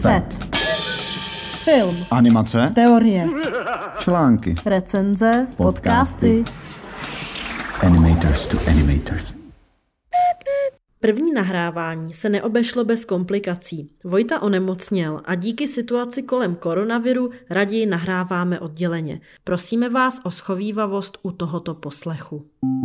FET. Film. Animace. Teorie. Články. Recenze. Podcasty. Animators to Animators. První nahrávání se neobešlo bez komplikací. Vojta onemocněl a díky situaci kolem koronaviru raději nahráváme odděleně. Prosíme vás o schovívavost u tohoto poslechu.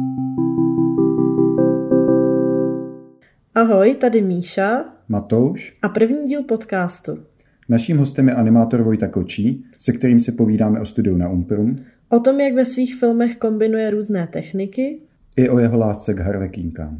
Ahoj, tady Míša. Matouš. A první díl podcastu. Naším hostem je animátor Vojta Kočí, se kterým si povídáme o studiu na Umprum. O tom, jak ve svých filmech kombinuje různé techniky. I o jeho lásce k harlekínkám.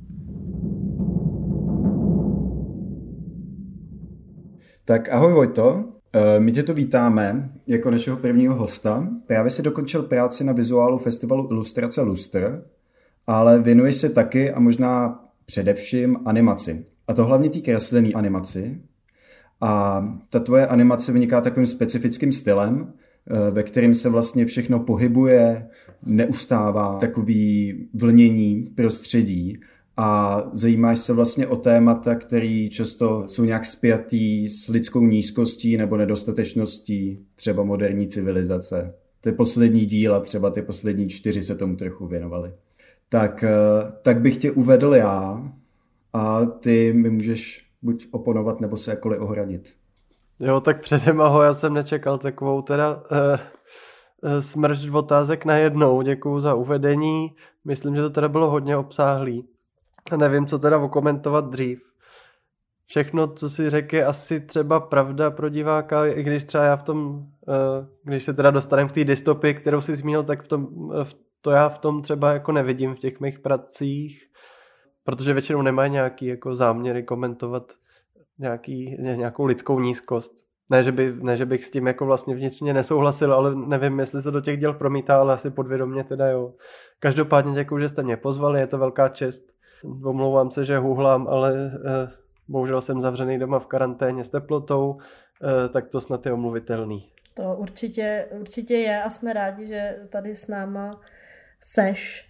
Tak ahoj Vojto, my tě tu vítáme jako našeho prvního hosta. Právě si dokončil práci na vizuálu festivalu Ilustrace Lustr, ale věnuješ se taky a možná především animaci. A to hlavně té kreslené animaci. A ta tvoje animace vyniká takovým specifickým stylem, ve kterém se vlastně všechno pohybuje, neustává takový vlnění prostředí a zajímáš se vlastně o témata, které často jsou nějak spjatý s lidskou nízkostí nebo nedostatečností třeba moderní civilizace. Ty poslední díla, třeba ty poslední 4 se tomu trochu věnovaly. Tak bych tě uvedl já a ty mi můžeš buď oponovat, nebo se jakkoliv ohradit. Jo, tak předem ahoj, já jsem nečekal takovou teda smršť otázek najednou. Děkuju za uvedení. Myslím, že to teda bylo hodně obsáhlý. A nevím, co teda okomentovat dřív. Všechno, co si řekl, je asi třeba pravda pro diváka, i když třeba já v tom, když se teda dostaneme k té dystopii, kterou jsi zmínil, tak to já v tom třeba jako nevidím v těch mých pracích, protože většinou nemají nějaký jako záměry komentovat nějakou lidskou nízkost. Ne, že bych s tím jako vlastně vnitřně nesouhlasil, ale nevím, jestli se do těch děl promítá, ale asi podvědomě teda jo. Každopádně děkuju, že jste mě pozvali, je to velká čest. Omlouvám se, že huhlám, ale bohužel jsem zavřený doma v karanténě s teplotou, tak to snad je omluvitelný. To určitě je a jsme rádi, že tady s náma seš.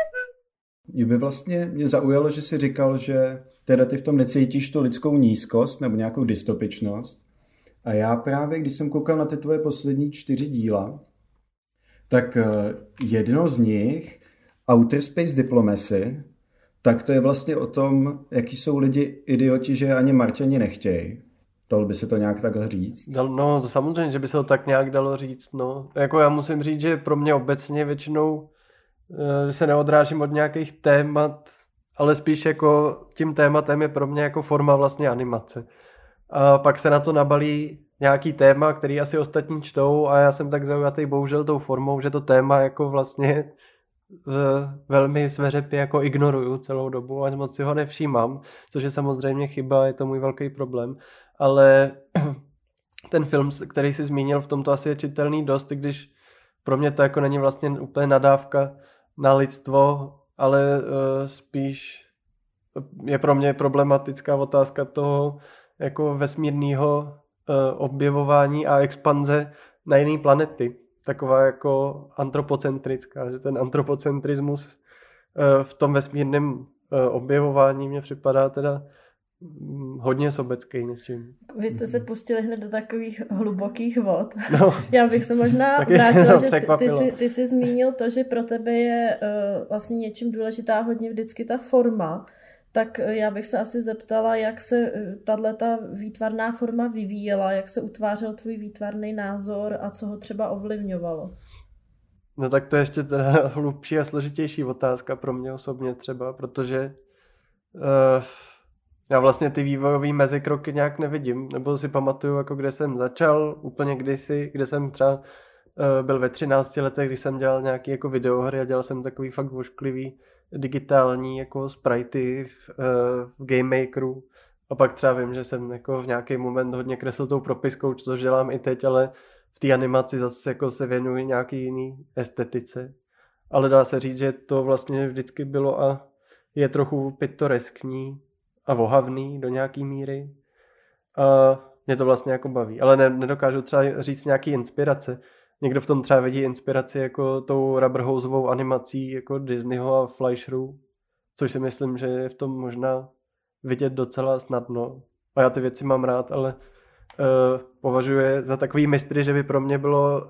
Mě zaujalo, že jsi říkal, že teda ty v tom necítíš tu lidskou nízkost nebo nějakou dystopičnost. A já právě, když jsem koukal na ty tvoje poslední 4 díla, tak jedno z nich, Outer Space Diplomacy, tak to je vlastně o tom, jaký jsou lidi idioti, že ani Marťani nechtějí. Dalo by se to nějak takhle říct? No, samozřejmě, že by se to tak nějak dalo říct. No. Jako já musím říct, že pro mě obecně většinou se neodrážím od nějakých témat, ale spíš jako tím tématem je pro mě jako forma vlastně animace. A pak se na to nabalí nějaký téma, který asi ostatní čtou a já jsem tak zaujatý bohužel tou formou, že to téma jako vlastně velmi sveřepě jako ignoruju celou dobu a moc si ho nevšímám, což je samozřejmě chyba, je to můj velký problém, ale ten film, který jsi zmínil, v tomto asi je čitelný dost, i když pro mě to jako není vlastně úplně nadávka na lidstvo, ale spíš je pro mě problematická otázka toho jako vesmírného objevování a expanze na jiné planety. Taková jako antropocentrická, že ten antropocentrismus v tom vesmírném objevování mě připadá teda hodně sobecký něčím. Vy jste se pustili hned do takových hlubokých vod. No. Já bych se možná vrátila, že ty jsi zmínil to, že pro tebe je vlastně něčím důležitá hodně vždycky ta forma. Tak já bych se asi zeptala, jak se tato výtvarná forma vyvíjela, jak se utvářel tvůj výtvarný názor a co ho třeba ovlivňovalo. No tak to je ještě teda hlubší a složitější otázka pro mě osobně třeba, protože já vlastně ty vývojové mezikroky nějak nevidím, nebo si pamatuju, jako kde jsem začal, úplně kdysi, kde jsem třeba byl ve 13 letech, když jsem dělal nějaký jako videohry a dělal jsem takový fakt vošklivý digitální jako sprite v Game Makeru a pak třeba vím, že jsem jako v nějaký moment hodně kreslil tou propiskou, což dělám i teď, ale v té animaci zase jako se věnuji nějaký jiný estetice. Ale dá se říct, že to vlastně vždycky bylo a je trochu pitoreskní a vohavný do nějaký míry. A mě to vlastně jako baví, ale nedokážu třeba říct nějaký inspirace. Někdo v tom třeba vidí inspiraci jako tou Rubberhouseovou animací jako Disneyho a Fleischerů, což si myslím, že je v tom možná vidět docela snadno. A já ty věci mám rád, ale považuje za takový mistry, že by pro mě bylo,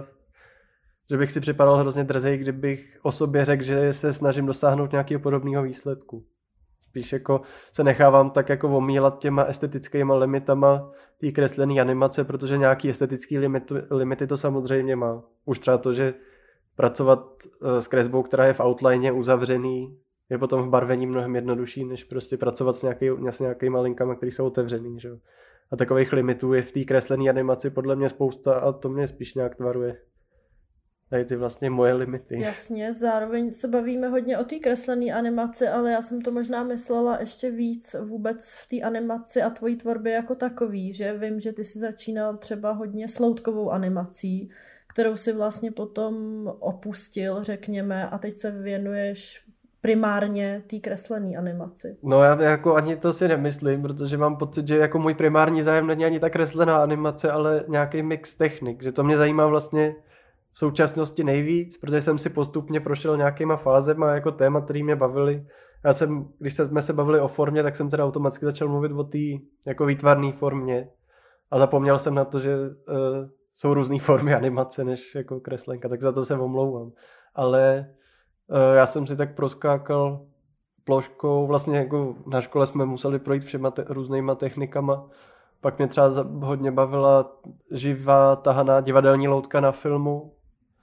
že bych si připadal hrozně drzej, kdybych o sobě řekl, že se snažím dosáhnout nějakého podobného výsledku. Spíš jako se nechávám tak jako omílat těma estetickýma limitama té kreslené animace, protože nějaký estetický limity to samozřejmě má. Už třeba to, že pracovat s kresbou, která je v outline uzavřený, je potom v barvení mnohem jednodušší, než prostě pracovat s nějakýma linkama, které jsou otevřený. Že? A takových limitů je v té kreslené animaci podle mě spousta a to mě spíš nějak tvaruje. Tady ty vlastně moje limity. Jasně, zároveň se bavíme hodně o té kreslené animaci, ale já jsem to možná myslela ještě víc vůbec v té animaci a tvojí tvorbě jako takový, že vím, že ty jsi začínal třeba hodně sloutkovou animací, kterou si vlastně potom opustil, řekněme, a teď se věnuješ primárně té kreslené animaci. No já jako ani to si nemyslím, protože mám pocit, že jako můj primární zájem není ani ta kreslená animace, ale nějaký mix technik, že to mě zajímá vlastně v současnosti nejvíc, protože jsem si postupně prošel nějakýma fázema jako téma, který mě bavily. Když jsme se bavili o formě, tak jsem teda automaticky začal mluvit o té jako výtvarné formě a zapomněl jsem na to, že jsou různé formy animace než jako kreslenka, tak za to se omlouvám. Ale já jsem si tak proskákal ploškou, vlastně jako na škole jsme museli projít všema různýma technikama. Pak mě třeba hodně bavila živá tahaná divadelní loutka na filmu.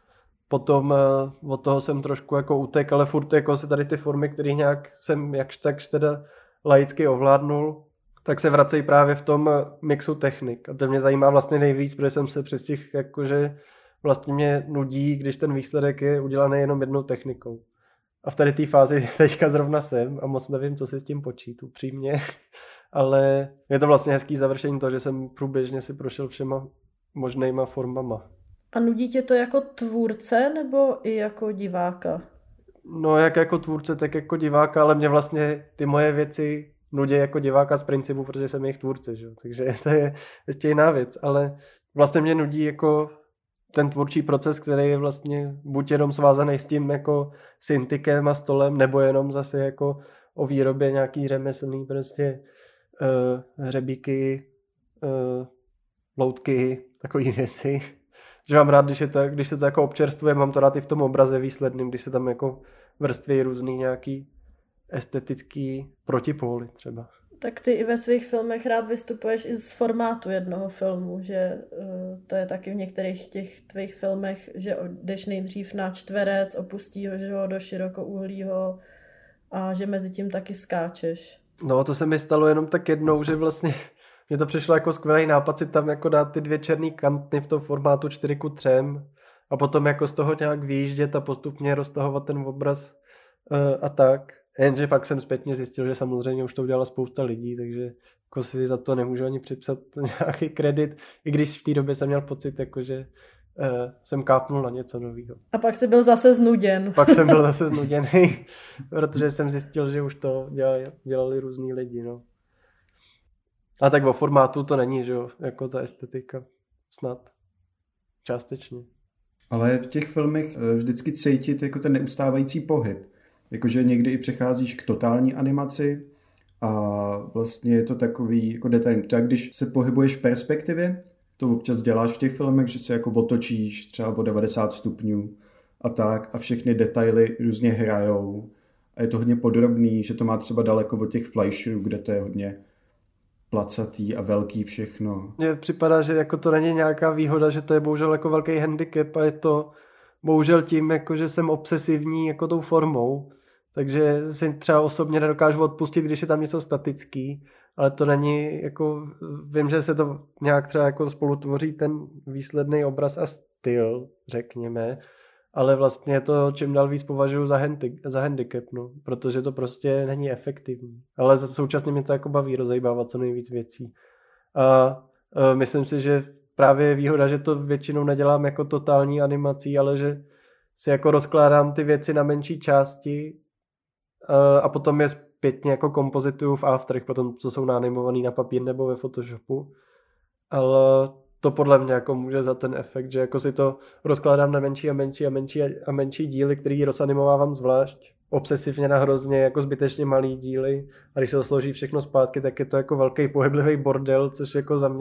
Potom od toho jsem trošku jako utek, ale furt jako se tady ty formy, které nějak jsem jakž takž teda laicky ovládnul, tak se vracejí právě v tom mixu technik. A to mě zajímá vlastně nejvíc, protože jsem se přistihl, jakože vlastně mě nudí, když ten výsledek je udělaný jenom jednou technikou. A v tady té fázi teďka zrovna jsem a moc nevím, co si s tím počít, upřímně. Ale je to vlastně hezký završení toho, že jsem průběžně si prošel všema možnýma formama. A nudí tě to jako tvůrce nebo i jako diváka? No jak jako tvůrce, tak jako diváka, ale mě vlastně ty moje věci nudí jako diváka z principu, protože jsem jejich tvůrce, že? Takže to je ještě jiná věc, ale vlastně mě nudí jako ten tvůrčí proces, který je vlastně buď jenom svázaný s tím jako syntikem a stolem, nebo jenom zase jako o výrobě nějaký řemeslný prostě hřebíky, loutky, takové věci. Že mám rád, když se to jako občerstvuje, mám to rád i v tom obraze výsledným, když se tam jako vrství různý nějaký estetický protipóly třeba. Tak ty i ve svých filmech rád vystupuješ i z formátu jednoho filmu, že to je taky v některých těch tvých filmech, že jdeš nejdřív na čtverec, opustíš ho do širokouhlýho a že mezi tím taky skáčeš. No, to se mi stalo jenom tak jednou, že vlastně mně to přišlo jako skvělý nápad si tam jako dát ty 2 černý kantny v tom formátu 4:3 a potom jako z toho nějak vyjíždět a postupně roztahovat ten obraz a tak. Jenže pak jsem zpětně zjistil, že samozřejmě už to udělala spousta lidí, takže jako si za to nemůžu ani připsat nějaký kredit, i když v té době jsem měl pocit, jako, že jsem kápnul na něco nového. A pak jsi byl zase znuděn. Pak jsem byl zase znuděný, protože jsem zjistil, že už to dělali různý lidi. No. A tak o formátu to není, že jo, jako ta estetika snad částečně. Ale v těch filmech vždycky cítit jako ten neustávající pohyb. Jakože někdy i přecházíš k totální animaci a vlastně je to takový jako detail. Třeba když se pohybuješ v perspektivě, to občas děláš v těch filmech, že se jako otočíš třeba o 90 stupňů a tak a všechny detaily různě hrajou. A je to hodně podrobný, že to má třeba daleko od těch Fleischerů, kde to je hodně placatý a velký všechno. Mně připadá, že jako to není nějaká výhoda, že to je bohužel jako velký handicap a je to bohužel tím, jako že jsem obsesivní jako tou formou, takže si třeba osobně nedokážu odpustit, když je tam něco statický, ale to není jako, vím, že se to nějak třeba jako spolu tvoří ten výsledný obraz a styl, řekněme, ale vlastně to čím dál víc považuji za handicap, no, protože to prostě není efektivní. Ale současně mě to jako baví rozejbávat co nejvíc věcí. A myslím si, že právě je výhoda, že to většinou nedělám jako totální animací, ale že si jako rozkládám ty věci na menší části a potom je zpětně jako kompozituju v Afterech, potom co jsou naanimovaný na papír nebo ve Photoshopu. Ale to podle mě jako může za ten efekt, že jako si to rozkládám na menší a menší díly, který rozanimovávám zvlášť. Obsesivně na hrozně jako zbytečně malý díly a když se to složí všechno zpátky, tak je to jako velký pohyblivý bordel, což jako za mě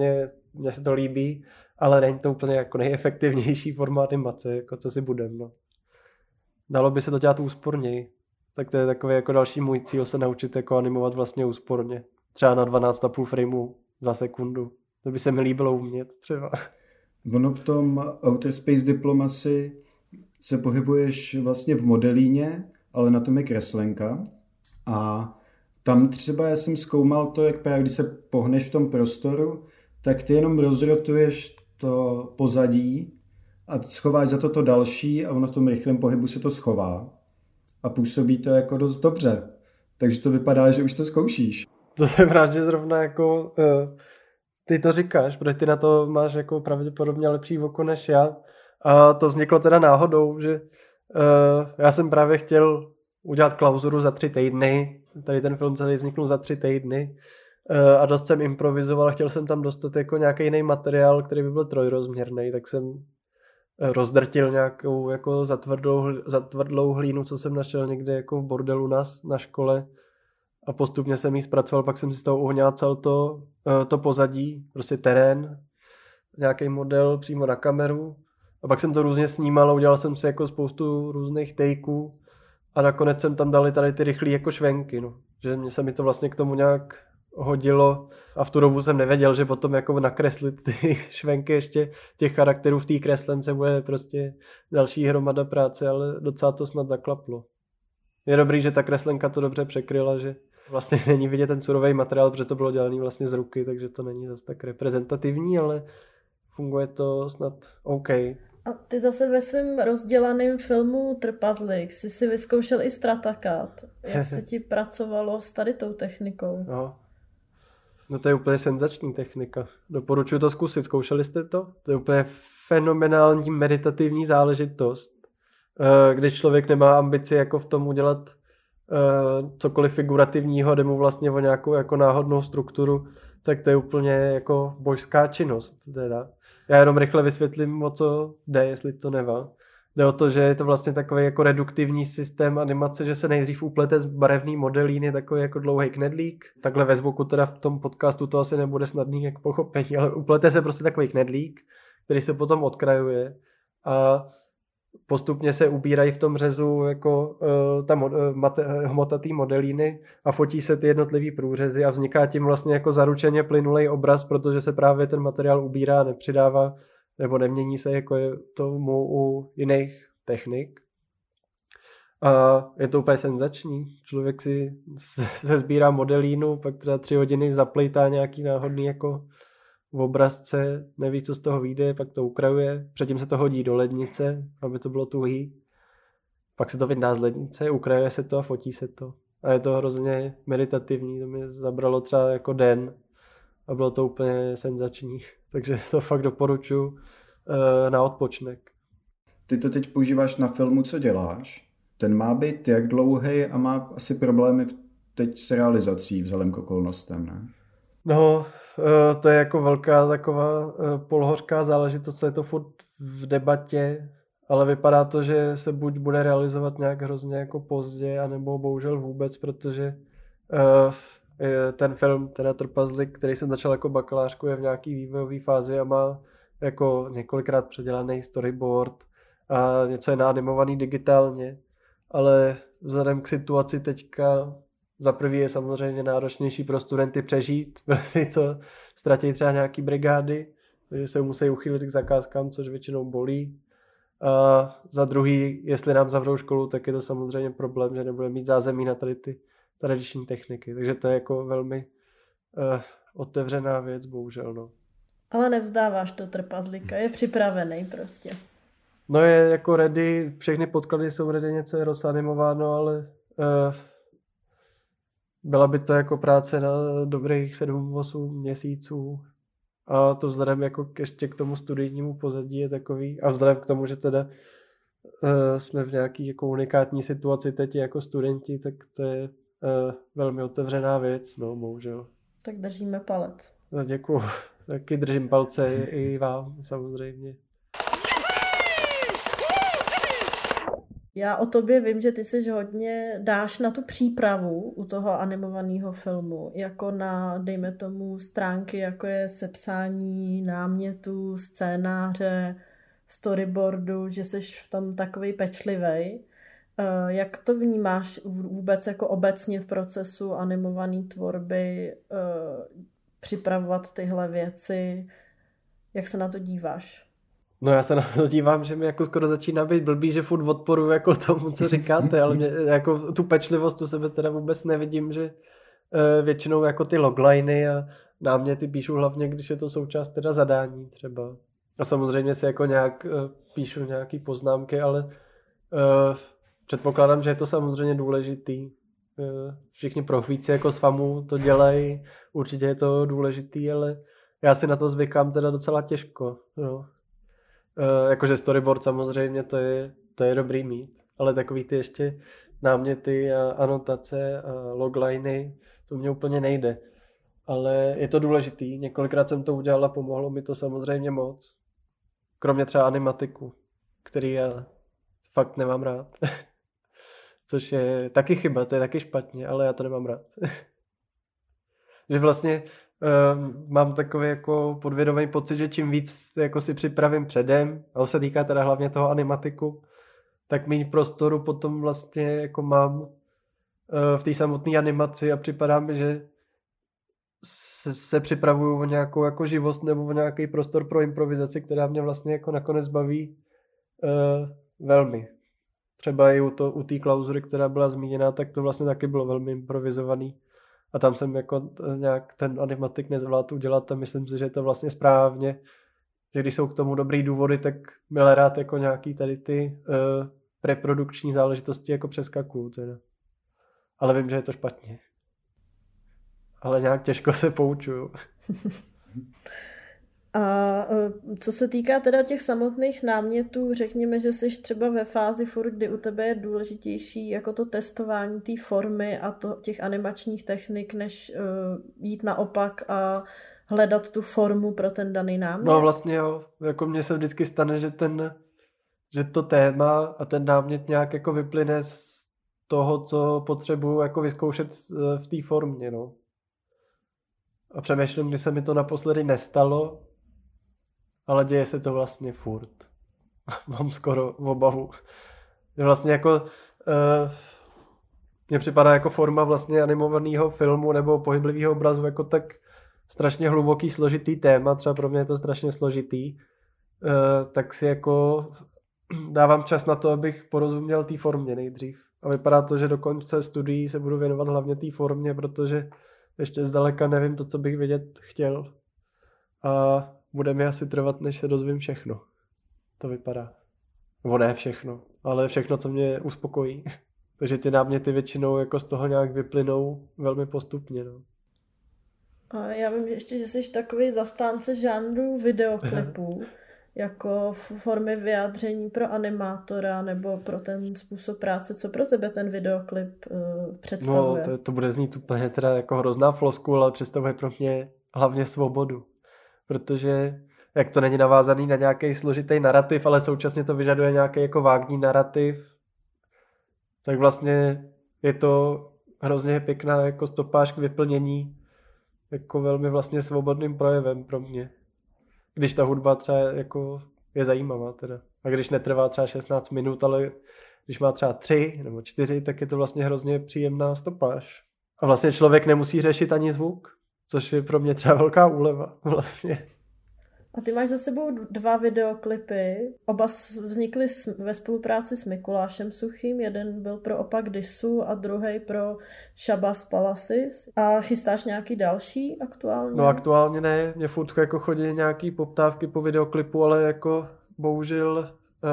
mně se to líbí, ale není to úplně jako nejefektivnější forma animace, jako co si budem, no. Dalo by se to dělat úsporněji. Tak to je takový jako další můj cíl se naučit jako animovat vlastně úsporně. Třeba na 12,5 frameu za sekundu. To by se mi líbilo umět třeba. Ono v tom Outer Space Diplomacy se pohybuješ vlastně v modelíně, ale na tom je kreslenka. A tam třeba já jsem zkoumal to, jak právě když se pohneš v tom prostoru, tak ty jenom rozrotuješ to pozadí a schováš za to další a ono v tom rychlém pohybu se to schová. A působí to jako dost dobře. Takže to vypadá, že už to zkoušíš. To je právě zrovna jako ty to říkáš, protože ty na to máš jako pravděpodobně lepší oko než já. A to vzniklo teda náhodou, že já jsem právě chtěl udělat klauzuru za 3 týdny. Tady ten film celý vzniknul za 3 týdny. A dost jsem improvizoval, chtěl jsem tam dostat jako nějaký jiný materiál, který by byl trojrozměrný, tak jsem rozdrtil nějakou jako zatvrdlou hlínu, co jsem našel někde jako v bordelu na škole a postupně jsem ji zpracoval, pak jsem si z toho uhňácal to pozadí, prostě terén, nějaký model přímo na kameru a pak jsem to různě snímal a udělal jsem si jako spoustu různých takeů a nakonec jsem tam dali tady ty rychlé jako švenky, no. Že se mi to vlastně k tomu nějak hodilo a v tu dobu jsem nevěděl, že potom jako nakreslit ty švenky ještě těch charakterů v té kreslence bude prostě další hromada práce, ale docela to snad zaklaplo. Je dobrý, že ta kreslenka to dobře překryla, že vlastně není vidět ten surový materiál, protože to bylo dělané vlastně z ruky, takže to není zase tak reprezentativní, ale funguje to snad OK. A ty zase ve svém rozdělaném filmu Trpazlik si vyzkoušel i Stratacat. Jak se ti pracovalo s tady tou technikou? No to je úplně senzační technika. Doporučuji to zkusit. Zkoušeli jste to? To je úplně fenomenální meditativní záležitost. Když člověk nemá ambici jako v tom udělat cokoliv figurativního, jde mu vlastně o nějakou jako náhodnou strukturu, tak to je úplně jako božská činnost. Teda. Já jenom rychle vysvětlím, o co jde, jestli to nevá. Jde o to, že je to vlastně takový jako reduktivní systém animace, že se nejdřív uplete z barevný modelíny, takový jako dlouhý knedlík. Takhle ve zvuku teda v tom podcastu to asi nebude snadný jak pochopení, ale uplete se prostě takový knedlík, který se potom odkrajuje a postupně se ubírají v tom řezu jako hmotatý modelíny a fotí se ty jednotlivý průřezy a vzniká tím vlastně jako zaručeně plynulej obraz, protože se právě ten materiál ubírá, nepřidává nebo nemění se, jako je tomu u jiných technik. A je to úplně senzační. Člověk si se sbírá modelínu, pak třeba 3 hodiny zaplejtá nějaký náhodný jako v obrazce, neví, co z toho vyjde, pak to ukrajuje, předtím se to hodí do lednice, aby to bylo tuhý. Pak se to vyndá z lednice, ukrajuje se to a fotí se to. A je to hrozně meditativní, to mi zabralo třeba jako den a bylo to úplně senzační. Takže to fakt doporučuji na odpočinek. Ty to teď používáš na filmu, co děláš? Ten má být jak dlouhý a má asi problémy teď s realizací vzhledem k okolnostem, ne? No, to je jako velká taková polhořká záležitost, je to furt v debatě, ale vypadá to, že se buď bude realizovat nějak hrozně jako pozdě, anebo bohužel vůbec, protože ten film, teda Trpazlik, který jsem začal jako bakalářku, je v nějaký vývojové fázi a má jako několikrát předělaný storyboard a něco je naanimovaný digitálně, ale vzhledem k situaci teďka za prvý je samozřejmě náročnější pro studenty přežít, protože co ztratí třeba nějaký brigády, takže se musí uchýlit k zakázkám, což většinou bolí. A za druhý, jestli nám zavřou školu, tak je to samozřejmě problém, že nebudeme mít zázemí na tady ty tradiční techniky. Takže to je jako velmi otevřená věc, bohužel. No. Ale nevzdáváš to Trpazlíka, je připravený prostě. No je jako ready, všechny podklady jsou ready, něco je rozanimováno, ale byla by to jako práce na dobrých 7-8 měsíců. A to vzhledem jako ještě k tomu studijnímu pozadí je takový. A vzhledem k tomu, že teda jsme v nějaký jako unikátní situaci teď jako studenti, tak to je velmi otevřená věc, no bohužel. Tak držíme palec. No, děkuju. Taky držím palce i vám samozřejmě. Já o tobě vím, že ty si hodně dáš na tu přípravu u toho animovaného filmu, jako na, dejme tomu, stránky, jako je sepsání námětů, scénáře, storyboardu, že jsi v tom takovej pečlivej. Jak to vnímáš vůbec jako obecně v procesu animované tvorby, připravovat tyhle věci? Jak se na to díváš? No já se na to dívám, že mi jako skoro začíná být blbý, že furt odporuju jako tomu, co říkáte, ale mě, jako tu pečlivost u sebe teda vůbec nevidím, že většinou jako ty logliny a náměty píšu hlavně, když je to součást teda zadání třeba. A samozřejmě si jako nějak píšu nějaký poznámky, ale předpokládám, že je to samozřejmě důležitý. Všichni profíci jako z FAMu to dělají, určitě je to důležitý, ale já si na to zvykám teda docela těžko. No. Jakože storyboard samozřejmě to je dobrý mít, ale takový ty ještě náměty a anotace a logliny, to mě úplně nejde. Ale je to důležitý, několikrát jsem to udělal a pomohlo mi to samozřejmě moc. Kromě třeba animatiku, který já fakt nemám rád. Což je taky chyba, to je taky špatně, ale já to nemám rád. Že vlastně mám takový jako podvědomý pocit, že čím víc jako si připravím předem, ale se týká teda hlavně toho animatiku, tak méně prostoru potom vlastně jako mám v té samotné animaci a připadá mi, že se připravuju o nějakou jako živost nebo o nějaký prostor pro improvizaci, která mě vlastně jako nakonec baví velmi. Třeba i u té klauzury, která byla zmíněná, tak to vlastně taky bylo velmi improvizovaný. A tam jsem jako nějak ten animatik nezvládl udělat a myslím si, že je to vlastně správně, že když jsou k tomu dobrý důvody, tak milé rád jako nějaký tady ty preprodukční záležitosti jako přeskakuju teda. Ale vím, že je to špatně. Ale nějak těžko se poučuju. A co se týká teda těch samotných námětů, řekněme, že jsi třeba ve fázi furt, kdy u tebe je důležitější jako to testování té formy a těch animačních technik, než jít naopak a hledat tu formu pro ten daný námět? No vlastně jo, jako mně se vždycky stane, že to téma a ten námět nějak jako vyplyne z toho, co potřebuju jako vyzkoušet v té formě, no. A přemýšlím, kdy se mi to naposledy nestalo, ale děje se to vlastně furt. Mám skoro obavu. Že vlastně jako mně připadá jako forma vlastně animovaného filmu nebo pohyblivého obrazu jako tak strašně hluboký, složitý téma, třeba pro mě je to strašně složitý, tak si jako dávám čas na to, abych porozuměl té formě nejdřív. A vypadá to, že do konce studií se budu věnovat hlavně té formě, protože ještě zdaleka nevím to, co bych vědět chtěl. A bude mi asi trvat, než se dozvím všechno. To vypadá. Nebo ne všechno, ale všechno, co mě uspokojí. Takže ty náměty většinou jako z toho nějak vyplynou velmi postupně. No. A já vím ještě, že jsi takový zastánce žánru videoklipů, jako formy vyjádření pro animátora nebo pro ten způsob práce. Co pro tebe ten videoklip představuje? No, to bude znít úplně teda jako hrozná floskula, ale představuje pro mě hlavně svobodu. Protože jak to není navázaný na nějaký složitý narrativ, ale současně to vyžaduje nějaký jako vágní narrativ, tak vlastně je to hrozně pěkná jako stopáž k vyplnění jako velmi vlastně svobodným projevem pro mě. Když ta hudba třeba jako je zajímavá teda. A když netrvá třeba 16 minut, ale když má třeba 3 nebo 4, tak je to vlastně hrozně příjemná stopáž. A vlastně člověk nemusí řešit ani zvuk, což je pro mě třeba velká úleva vlastně. A ty máš za sebou 2 videoklipy, oba vznikly ve spolupráci s Mikulášem Suchým, jeden byl pro Opak Disu a druhý pro Shabazz Palaces. A chystáš nějaký další aktuálně? No aktuálně ne, mě furt jako chodí nějaký poptávky po videoklipu, ale jako bohužel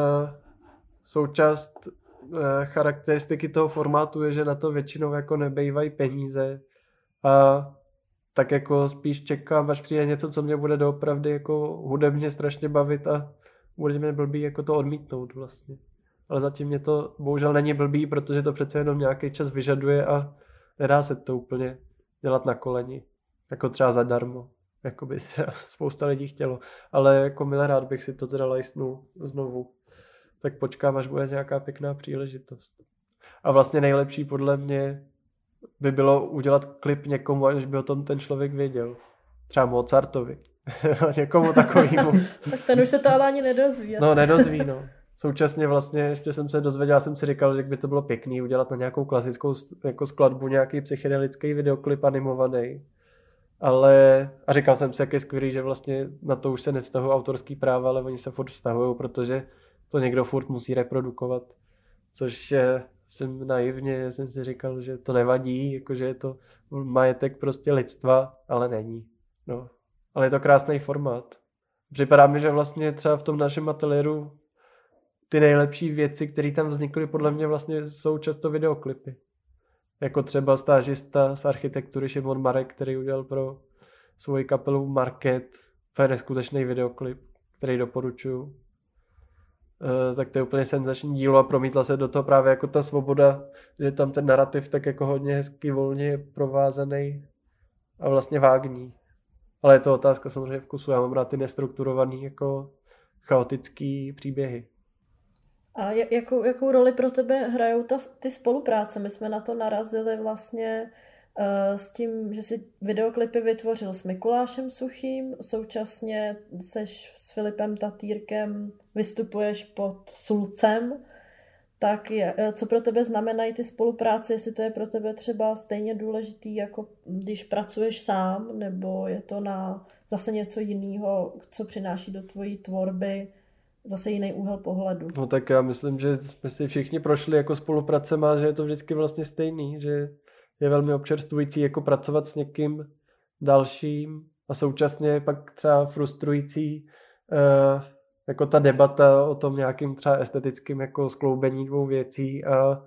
součást charakteristiky toho formátu je, že na to většinou jako nebejvají peníze a tak jako spíš čekám, až přijde něco, co mě bude doopravdy jako hudebně strašně bavit a bude mě blbý jako to odmítnout vlastně. Ale zatím mě to bohužel není blbý, protože to přece jenom nějaký čas vyžaduje a nedá se to úplně dělat na koleni. Jako třeba zadarmo. Jako by třeba spousta lidí chtělo. Ale jako milé rád bych si to teda lajsnul znovu. tak počkám, až bude nějaká pěkná příležitost. A vlastně nejlepší podle mě by bylo udělat klip někomu, aniž by o tom ten člověk věděl. Třeba Mozartovi. Někomu takovýmu. Tak ten už se to ale ani nedozví. No, nedozví, no. Současně vlastně ještě jsem se dozvěděl, jsem si říkal, že by to bylo pěkný udělat na nějakou klasickou jako skladbu nějaký psychedelický videoklip animovaný. Ale, a říkal jsem si, jak je skvělý, že vlastně na to už se nevztahují autorský práva, ale oni se furt vztahují, protože to někdo furt musí reprodukovat. Což jsem naivně, jsem si říkal, že to nevadí, jakože je to majetek prostě lidstva, ale není. No. Ale je to krásný formát. Připadá mi, že vlastně třeba v tom našem ateliéru ty nejlepší věci, které tam vznikly, podle mě vlastně jsou často videoklipy. Jako třeba stážista z architektury Šimon Marek, který udělal pro svoji kapelu Market. To je neskutečný videoklip, který doporučuju. Tak to je úplně senzační dílo a promítla se do toho právě jako ta svoboda, že tam ten narrativ tak jako hodně hezky, volně provázaný a vlastně vágní. Ale je to otázka samozřejmě vkusu. Já mám rád ty nestrukturovaný, jako chaotický příběhy. A jakou roli pro tebe hrajou ty spolupráce? My jsme na to narazili vlastně s tím, že si videoklipy vytvořil s Mikulášem Suchým, současně seš s Filipem Tatýrkem, vystupuješ pod Sulcem. Tak co pro tebe znamenají ty spolupráce, jestli to je pro tebe třeba stejně důležitý, jako když pracuješ sám, nebo je to na zase něco jiného, co přináší do tvojí tvorby, zase jiný úhel pohledu. No tak já myslím, že jsme si všichni prošli jako spolupracema, že je to vždycky vlastně stejný, že je velmi občerstvující jako pracovat s někým dalším a současně pak třeba frustrující jako ta debata o tom nějakým třeba estetickým jako skloubení dvou věcí a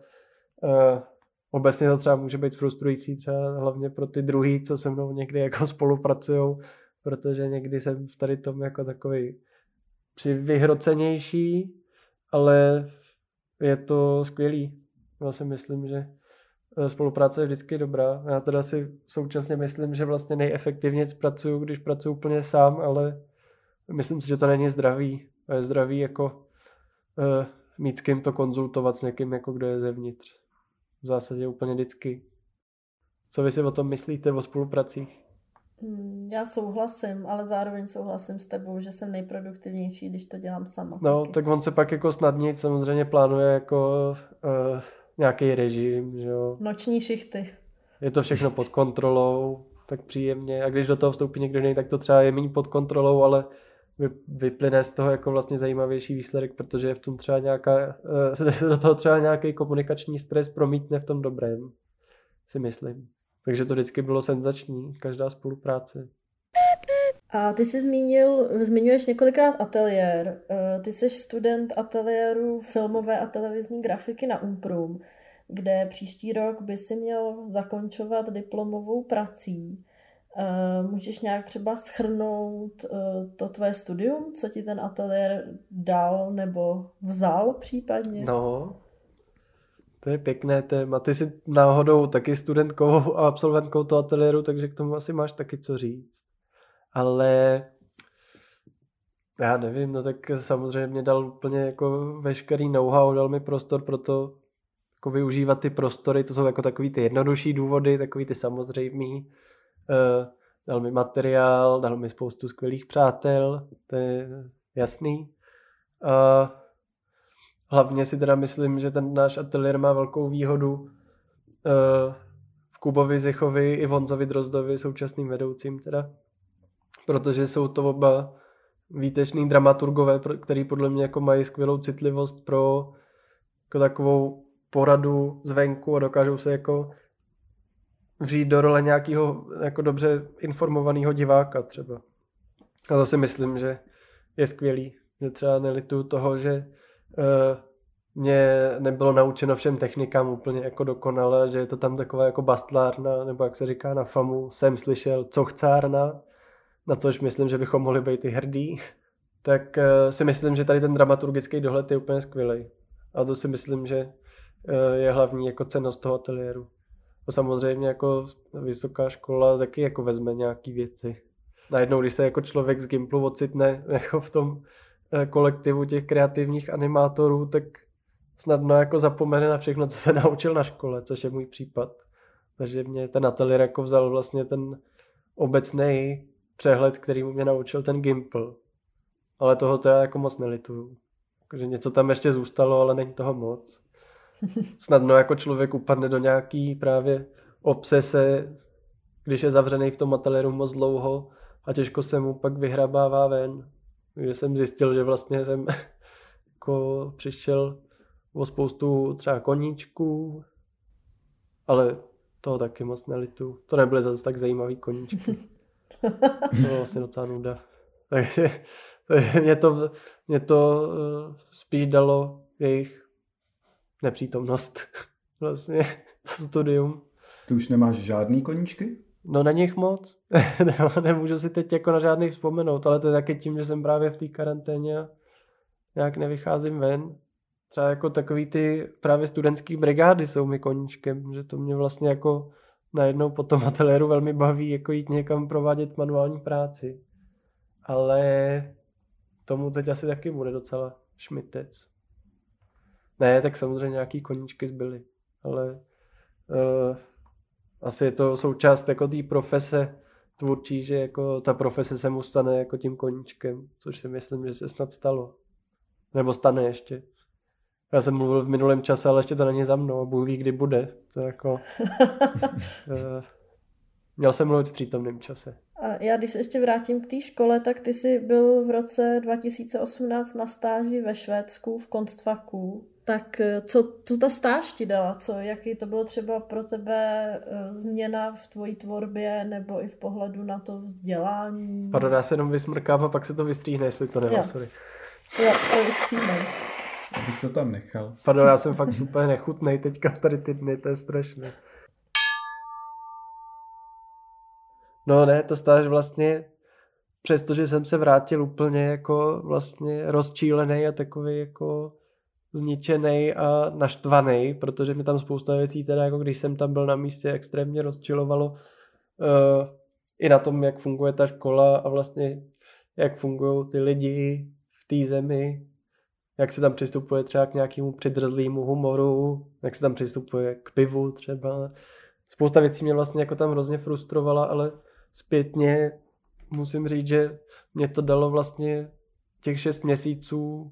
obecně to třeba může být frustrující třeba hlavně pro ty druhý, co se mnou někdy jako spolupracujou, protože někdy jsem v tady tom jako takový vyhrocenější, ale je to skvělý. Já si myslím, že spolupráce je vždycky dobrá. Já teda si současně myslím, že vlastně nejefektivněji pracuju, když pracuju úplně sám, ale myslím si, že to není zdravý. A je zdravý jako mít s kým to konzultovat s někým, jako kdo je zevnitř. V zásadě úplně vždycky. Co vy si o tom myslíte, o spolupracích? Já souhlasím, ale zároveň souhlasím s tebou, že jsem nejproduktivnější, když to dělám sama. No, tak on se pak jako snadněji samozřejmě plánuje jako nějaký režim, že jo. Noční šichty. Je to všechno pod kontrolou, tak příjemně. A když do toho vstoupí někdo jiný, tak to třeba je méně pod kontrolou, ale vyplyne z toho jako vlastně zajímavější výsledek, protože je v tom třeba se do toho třeba nějaký komunikační stres promítne v tom dobrém, si myslím. Takže to vždycky bylo senzační, každá spolupráce. A ty jsi zmiňuješ několikrát ateliér. Ty jsi student ateliéru filmové a televizní grafiky na Umprum, kde příští rok by si měl zakončovat diplomovou prací. Můžeš nějak třeba shrnout to tvoje studium, co ti ten ateliér dal nebo vzal případně? No, to je pěkné téma. Ty jsi náhodou taky studentkou a absolventkou toho ateliéru, takže k tomu asi máš taky co říct. Ale já nevím, no tak samozřejmě mě dal úplně jako veškerý know-how, dal mi prostor pro to jako využívat ty prostory, to jsou jako takový ty jednodušší důvody, takový ty samozřejmý. Dal mi materiál, dal mi spoustu skvělých přátel, to je jasný. Hlavně si teda myslím, že ten náš ateliér má velkou výhodu v Kubovi Zichovi i Vonzovi Drozdovi, současným vedoucím teda, protože jsou to oba výteční dramaturgové, který podle mě jako mají skvělou citlivost pro jako takovou poradu zvenku a dokážou se jako vžít do role nějakého jako dobře informovaného diváka třeba. A to si myslím, že je skvělý. Že třeba nelituju toho, že mě nebylo naučeno všem technikám úplně jako dokonale, že je to tam taková jako bastlárna, nebo jak se říká na FAMu, jsem slyšel cochcárna, na což myslím, že bychom mohli být i hrdí. Tak si myslím, že tady ten dramaturgický dohled je úplně skvělý. A to si myslím, že je hlavní jako cennost toho ateliéru. A samozřejmě jako vysoká škola taky jako vezme nějaký věci. Najednou, když se jako člověk z Gimplu ocitne jako v tom kolektivu těch kreativních animátorů, tak snadno jako zapomene na všechno, co se naučil na škole, což je můj případ. Takže mě ten ateliér jako vzal vlastně ten obecný přehled, který mě naučil ten Gimpl. Ale toho teda jako moc nelituju. Takže něco tam ještě zůstalo, ale není toho moc. Snadno jako člověk upadne do nějaký právě obsese, když je zavřený v tom ateliéru moc dlouho a těžko se mu pak vyhrabává ven. Takže jsem zjistil, že vlastně jsem jako přišel o spoustu třeba koníčků, ale toho taky moc nelituju. To nebyly zase tak zajímavý koníčky. To bylo vlastně docela nuda. Takže mě to spíš dalo jejich nepřítomnost. Vlastně studium. Ty už nemáš žádný koníčky? No na nich moc. Nemůžu si teď jako na žádný vzpomenout, ale to je taky tím, že jsem právě v té karanténě a nějak nevycházím ven. Třeba jako takový ty právě studentský brigády jsou mi koníčkem, že to mě vlastně jako najednou po tom ateliéru velmi baví jako jít někam provádět manuální práci. Ale tomu teď asi taky bude docela šmitec. Ne, tak samozřejmě nějaký koníčky zbyly, ale asi je to součást jako té profese tvůrčí, že jako ta profese se mu stane jako tím koníčkem, což si myslím, že se snad stalo. Nebo stane ještě. Já jsem mluvil v minulém čase, ale ještě to není za mnou a Bůh ví, kdy bude. To jako... Měl jsem mluvit v přítomném čase. A já, když se ještě vrátím k té škole, tak ty jsi byl v roce 2018 na stáži ve Švédsku v Konstfaku. Tak co ta stáž ti dala? Jaký to bylo třeba pro tebe změna v tvojí tvorbě nebo i v pohledu na to vzdělání? Pardon, já se jenom vysmrkám a pak se to vystříhne, jestli to nemá, sorry. Jo, to vystříhne. Abych to tam nechal. Pardon, já jsem fakt úplně nechutnej teďka tady ty dny, to je strašné. No ne, ta stáž vlastně, přestože jsem se vrátil úplně jako vlastně rozčílený a takový jako zničený a naštvaný, protože mi tam spousta věcí, teda jako když jsem tam byl na místě, extrémně rozčilovalo i na tom, jak funguje ta škola a vlastně jak fungují ty lidi v té zemi, jak se tam přistupuje třeba k nějakému přidrzlému humoru, jak se tam přistupuje k pivu třeba. Spousta věcí mě vlastně jako tam hrozně frustrovala, ale zpětně musím říct, že mě to dalo vlastně těch 6 měsíců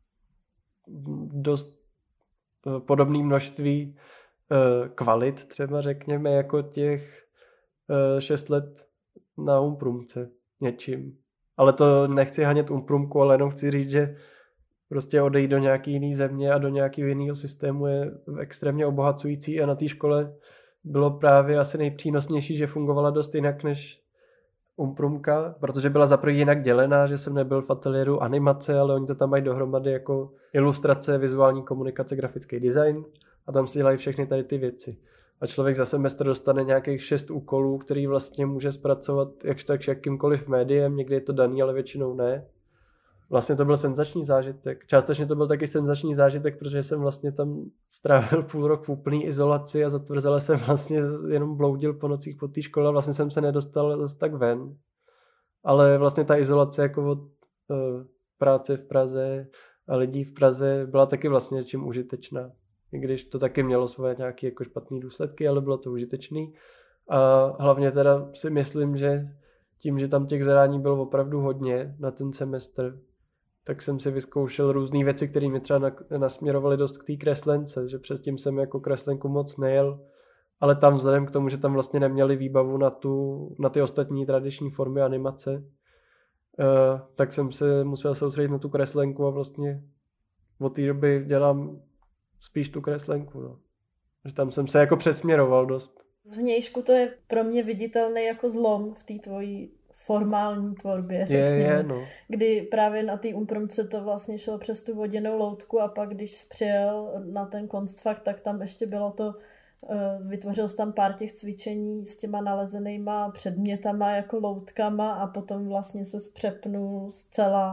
dost podobné množství kvalit, třeba řekněme, jako těch 6 let na Umprumce něčím. Ale to nechci hanět Umprumku, ale jenom chci říct, že prostě odejít do nějaký jiný země a do nějakého jiného systému je extrémně obohacující a na té škole bylo právě asi nejpřínosnější, že fungovala dost jinak než Umprumka, protože byla zaprvé jinak dělená, že jsem nebyl v ateliéru animace, ale oni to tam mají dohromady jako ilustrace, vizuální komunikace, grafický design a tam se dělají všechny tady ty věci. A člověk za semestr dostane nějakých 6 úkolů, který vlastně může zpracovat jakýmkoliv médiem, někdy je to daný, ale většinou ne. Vlastně to byl senzační zážitek. Částečně to byl taky senzační zážitek, protože jsem vlastně tam strávil půl rok v úplný izolaci a zatvrzele jsem vlastně jenom bloudil po nocích po té škole a vlastně jsem se nedostal zase tak ven. Ale vlastně ta izolace jako od práce v Praze a lidí v Praze byla taky vlastně něčím užitečná. I když to taky mělo svoje nějaké jako špatné důsledky, ale bylo to užitečný. A hlavně teda si myslím, že tím, že tam těch zadání bylo opravdu hodně na ten semestr, tak jsem si vyzkoušel různé věci, které mě třeba nasměrovaly dost k té kreslence, že předtím jsem jako kreslenku moc nejel, ale tam vzhledem k tomu, že tam vlastně neměli výbavu na ty ostatní tradiční formy animace, tak jsem se musel soustředit na tu kreslenku a vlastně od té doby dělám spíš tu kreslenku. No. Že tam jsem se jako přesměroval dost. Zvnějšku to je pro mě viditelný jako zlom v té tvojí formální tvorbě, no. Kdy právě na té Umprumce to vlastně šlo přes tu voděnou loutku a pak když jsi přijel na ten Konstfak, tak tam ještě bylo to, vytvořil jsi tam pár těch cvičení s těma nalezenýma předmětama jako loutkama a potom vlastně se přepnul zcela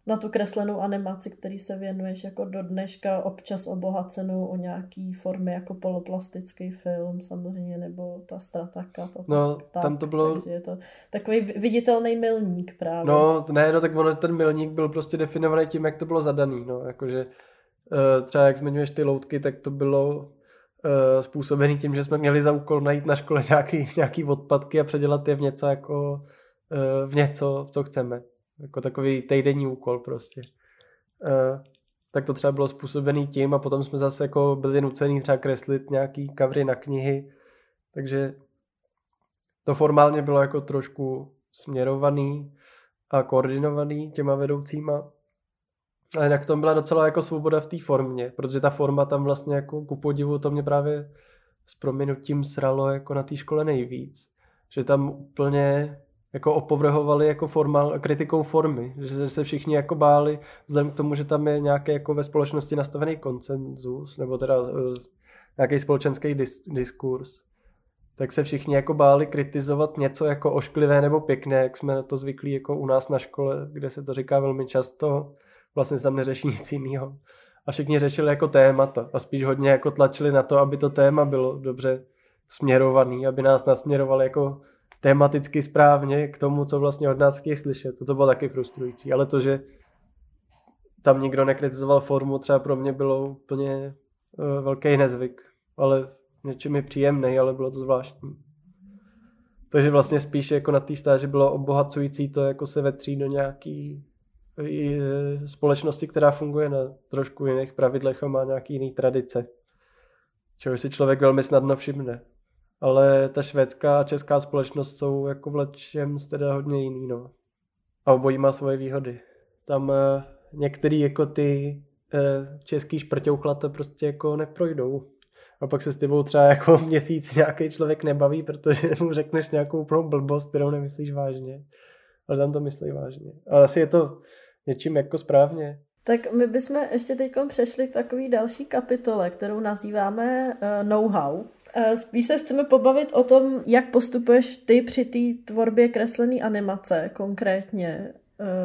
na tu kreslenou animaci, který se věnuješ jako do dneška, občas obohacenou o nějaký formy jako poloplastický film samozřejmě, nebo ta Strataka. No, tam to bylo... Takže je to takový viditelný milník právě. No, ne, no tak ono, ten milník byl prostě definovaný tím, jak to bylo zadaný, no, jakože třeba jak zmiňuješ ty loutky, tak to bylo způsobený tím, že jsme měli za úkol najít na škole nějaký odpadky a předělat je v něco jako v něco, co chceme. Jako takový týdenní úkol prostě. Tak to třeba bylo způsobený tím a potom jsme zase jako byli nucený třeba kreslit nějaký covery na knihy. Takže to formálně bylo jako trošku směrovaný a koordinovaný těma vedoucíma. A jinak v tom byla docela jako svoboda v té formě, protože ta forma tam vlastně jako ku podivu to mě právě s prominutím sralo jako na té škole nejvíc. Že tam úplně jako opovrhovali jako kritikou formy, že se všichni jako báli vzhledem k tomu, že tam je nějaký jako ve společnosti nastavený konsenzus, nebo teda nějaký společenský diskurs, tak se všichni jako báli kritizovat něco jako ošklivé nebo pěkné, jak jsme na to zvyklí jako u nás na škole, kde se to říká velmi často, vlastně se tam neřeší nic jiného. A všichni řešili jako témata a spíš hodně jako tlačili na to, aby to téma bylo dobře směrovaný, aby nás nasměrovali jako tematicky správně k tomu, co vlastně od nás chtějí slyšet. To bylo taky frustrující, ale to, že tam nikdo nekritizoval formu, třeba pro mě bylo úplně velký nezvyk, ale něčím je příjemný, ale bylo to zvláštní. Takže vlastně spíš jako na té stáži bylo obohacující to, jako se vetří do nějaký společnosti, která funguje na trošku jiných pravidlech a má nějaký jiný tradice. Čeho si člověk velmi snadno všimne. Ale ta švédská a česká společnost jsou jako v lecčem teda hodně jiný, no. A obojí má svoje výhody. Tam některý jako ty český šprťouchlata prostě jako neprojdou. A pak se s tebou třeba jako měsíc nějaký člověk nebaví, protože mu řekneš nějakou úplnou blbost, kterou nemyslíš vážně. Ale tam to myslí vážně. A asi je to něčím jako správně. Tak my bychom ještě teď přešli k takové další kapitole, kterou nazýváme know-how. Spíš se chceme pobavit o tom, jak postupuješ ty při té tvorbě kreslené animace konkrétně.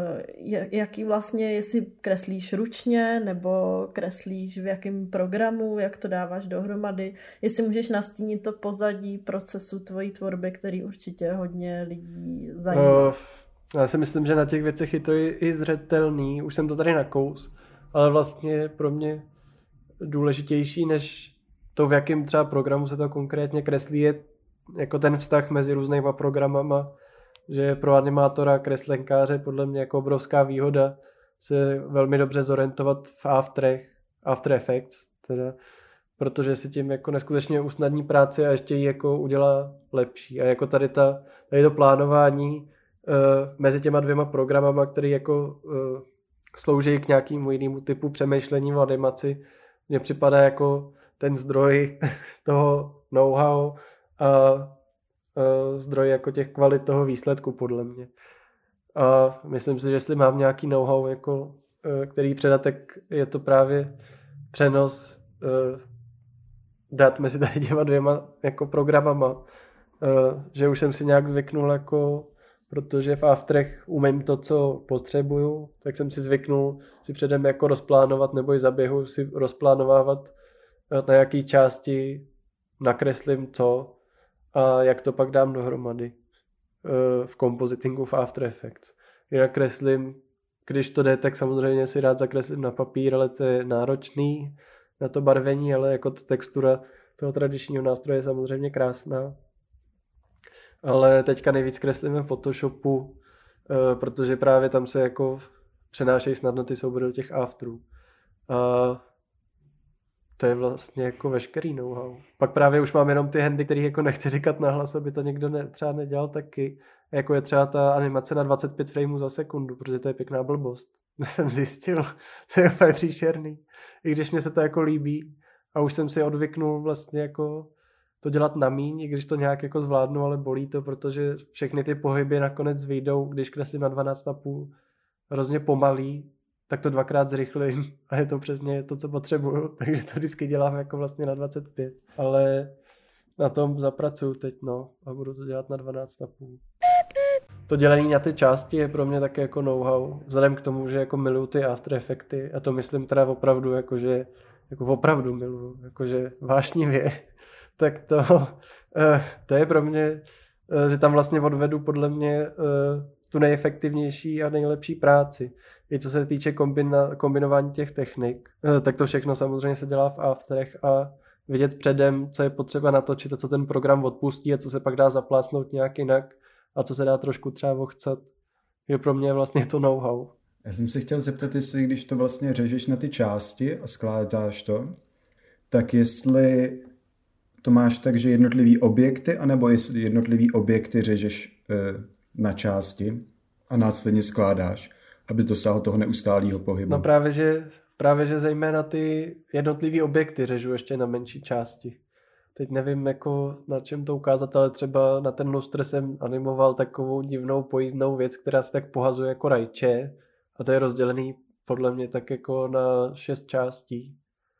Jaký vlastně, jestli kreslíš ručně, nebo kreslíš v jakém programu, jak to dáváš dohromady. Jestli můžeš nastínit to pozadí procesu tvojí tvorby, který určitě hodně lidí zajímá. Já si myslím, že na těch věcech je to i zřetelný. Už jsem to tady nakous, ale vlastně pro mě důležitější, než to, v jakém třeba programu se to konkrétně kreslí, je jako ten vztah mezi různýma programama, že pro animátora, kreslenkáře podle mě jako obrovská výhoda se velmi dobře zorientovat v After Effects, teda, protože si tím jako neskutečně usnadní práci a ještě ji jako udělá lepší. A jako tady to plánování mezi těma dvěma programama, který jako slouží k nějakému jinému typu přemýšlení o animaci, mně připadá jako ten zdroj toho know-how a zdroj jako těch kvalit toho výsledku podle mě. A myslím si, že jestli mám nějaký know-how, jako, který předat, tak je to právě přenos dat mezi tady těma dvěma jako programama. Že už jsem si nějak zvyknul, jako, protože v Afterech umím to, co potřebuju, tak jsem si zvyknul si předem jako rozplánovat nebo i za běhu si rozplánovávat, na jaký části nakreslím co a jak to pak dám dohromady v compositingu v After Effects. Jinak kreslím, když to jde, tak samozřejmě si rád zakreslím na papír, ale to je náročný na to barvení, ale jako textura toho tradičního nástroje je samozřejmě krásná. Ale teďka nejvíc kreslím v Photoshopu, protože právě tam se jako přenášejí snadno ty soubory do těch afterů. A to je vlastně jako veškerý know-how. Pak právě už mám jenom ty handy, který jako nechci říkat nahlas, aby to někdo třeba nedělal taky. Jako je třeba ta animace na 25 frameů za sekundu, protože to je pěkná blbost. To jsem zjistil, to je úplně příšerný. I když mě se to jako líbí a už jsem si odvyknul vlastně jako to dělat na míň, i když to nějak jako zvládnu, ale bolí to, protože všechny ty pohyby nakonec vyjdou, když kreslím na 12,5 hrozně pomalý, tak to dvakrát zrychlím a je to přesně to, co potřebuju, takže to vždycky dělám jako vlastně na 25, ale na tom zapracuju teď, no, a budu to dělat na 12,5. to dělení na ty části je pro mě taky jako know-how, vzhledem k tomu, že jako miluju ty After Effecty a to myslím teda opravdu, jakože jako opravdu miluju, jakože vášnivě, tak to je pro mě, že tam vlastně odvedu podle mě tu nejefektivnější a nejlepší práci. I co se týče kombinování těch technik, tak to všechno samozřejmě se dělá v Afterech a vidět předem, co je potřeba natočit a co ten program odpustí a co se pak dá zaplácnout nějak jinak a co se dá trošku třeba ochcat, je pro mě vlastně to know-how. Já jsem se chtěl zeptat, jestli když to vlastně řežeš na ty části a skládáš to, tak jestli to máš tak, že jednotlivý objekty, anebo jestli jednotlivý objekty řežeš na části a následně skládáš, aby dosáhl toho neustálého pohybu. No právě, že zejména ty jednotlivý objekty řežu ještě na menší části. Teď nevím, jako na čem to ukázat, ale třeba na ten lustr jsem animoval takovou divnou pojízdnou věc, která se tak pohazuje jako rajče a to je rozdělený podle mě tak jako na 6 částí.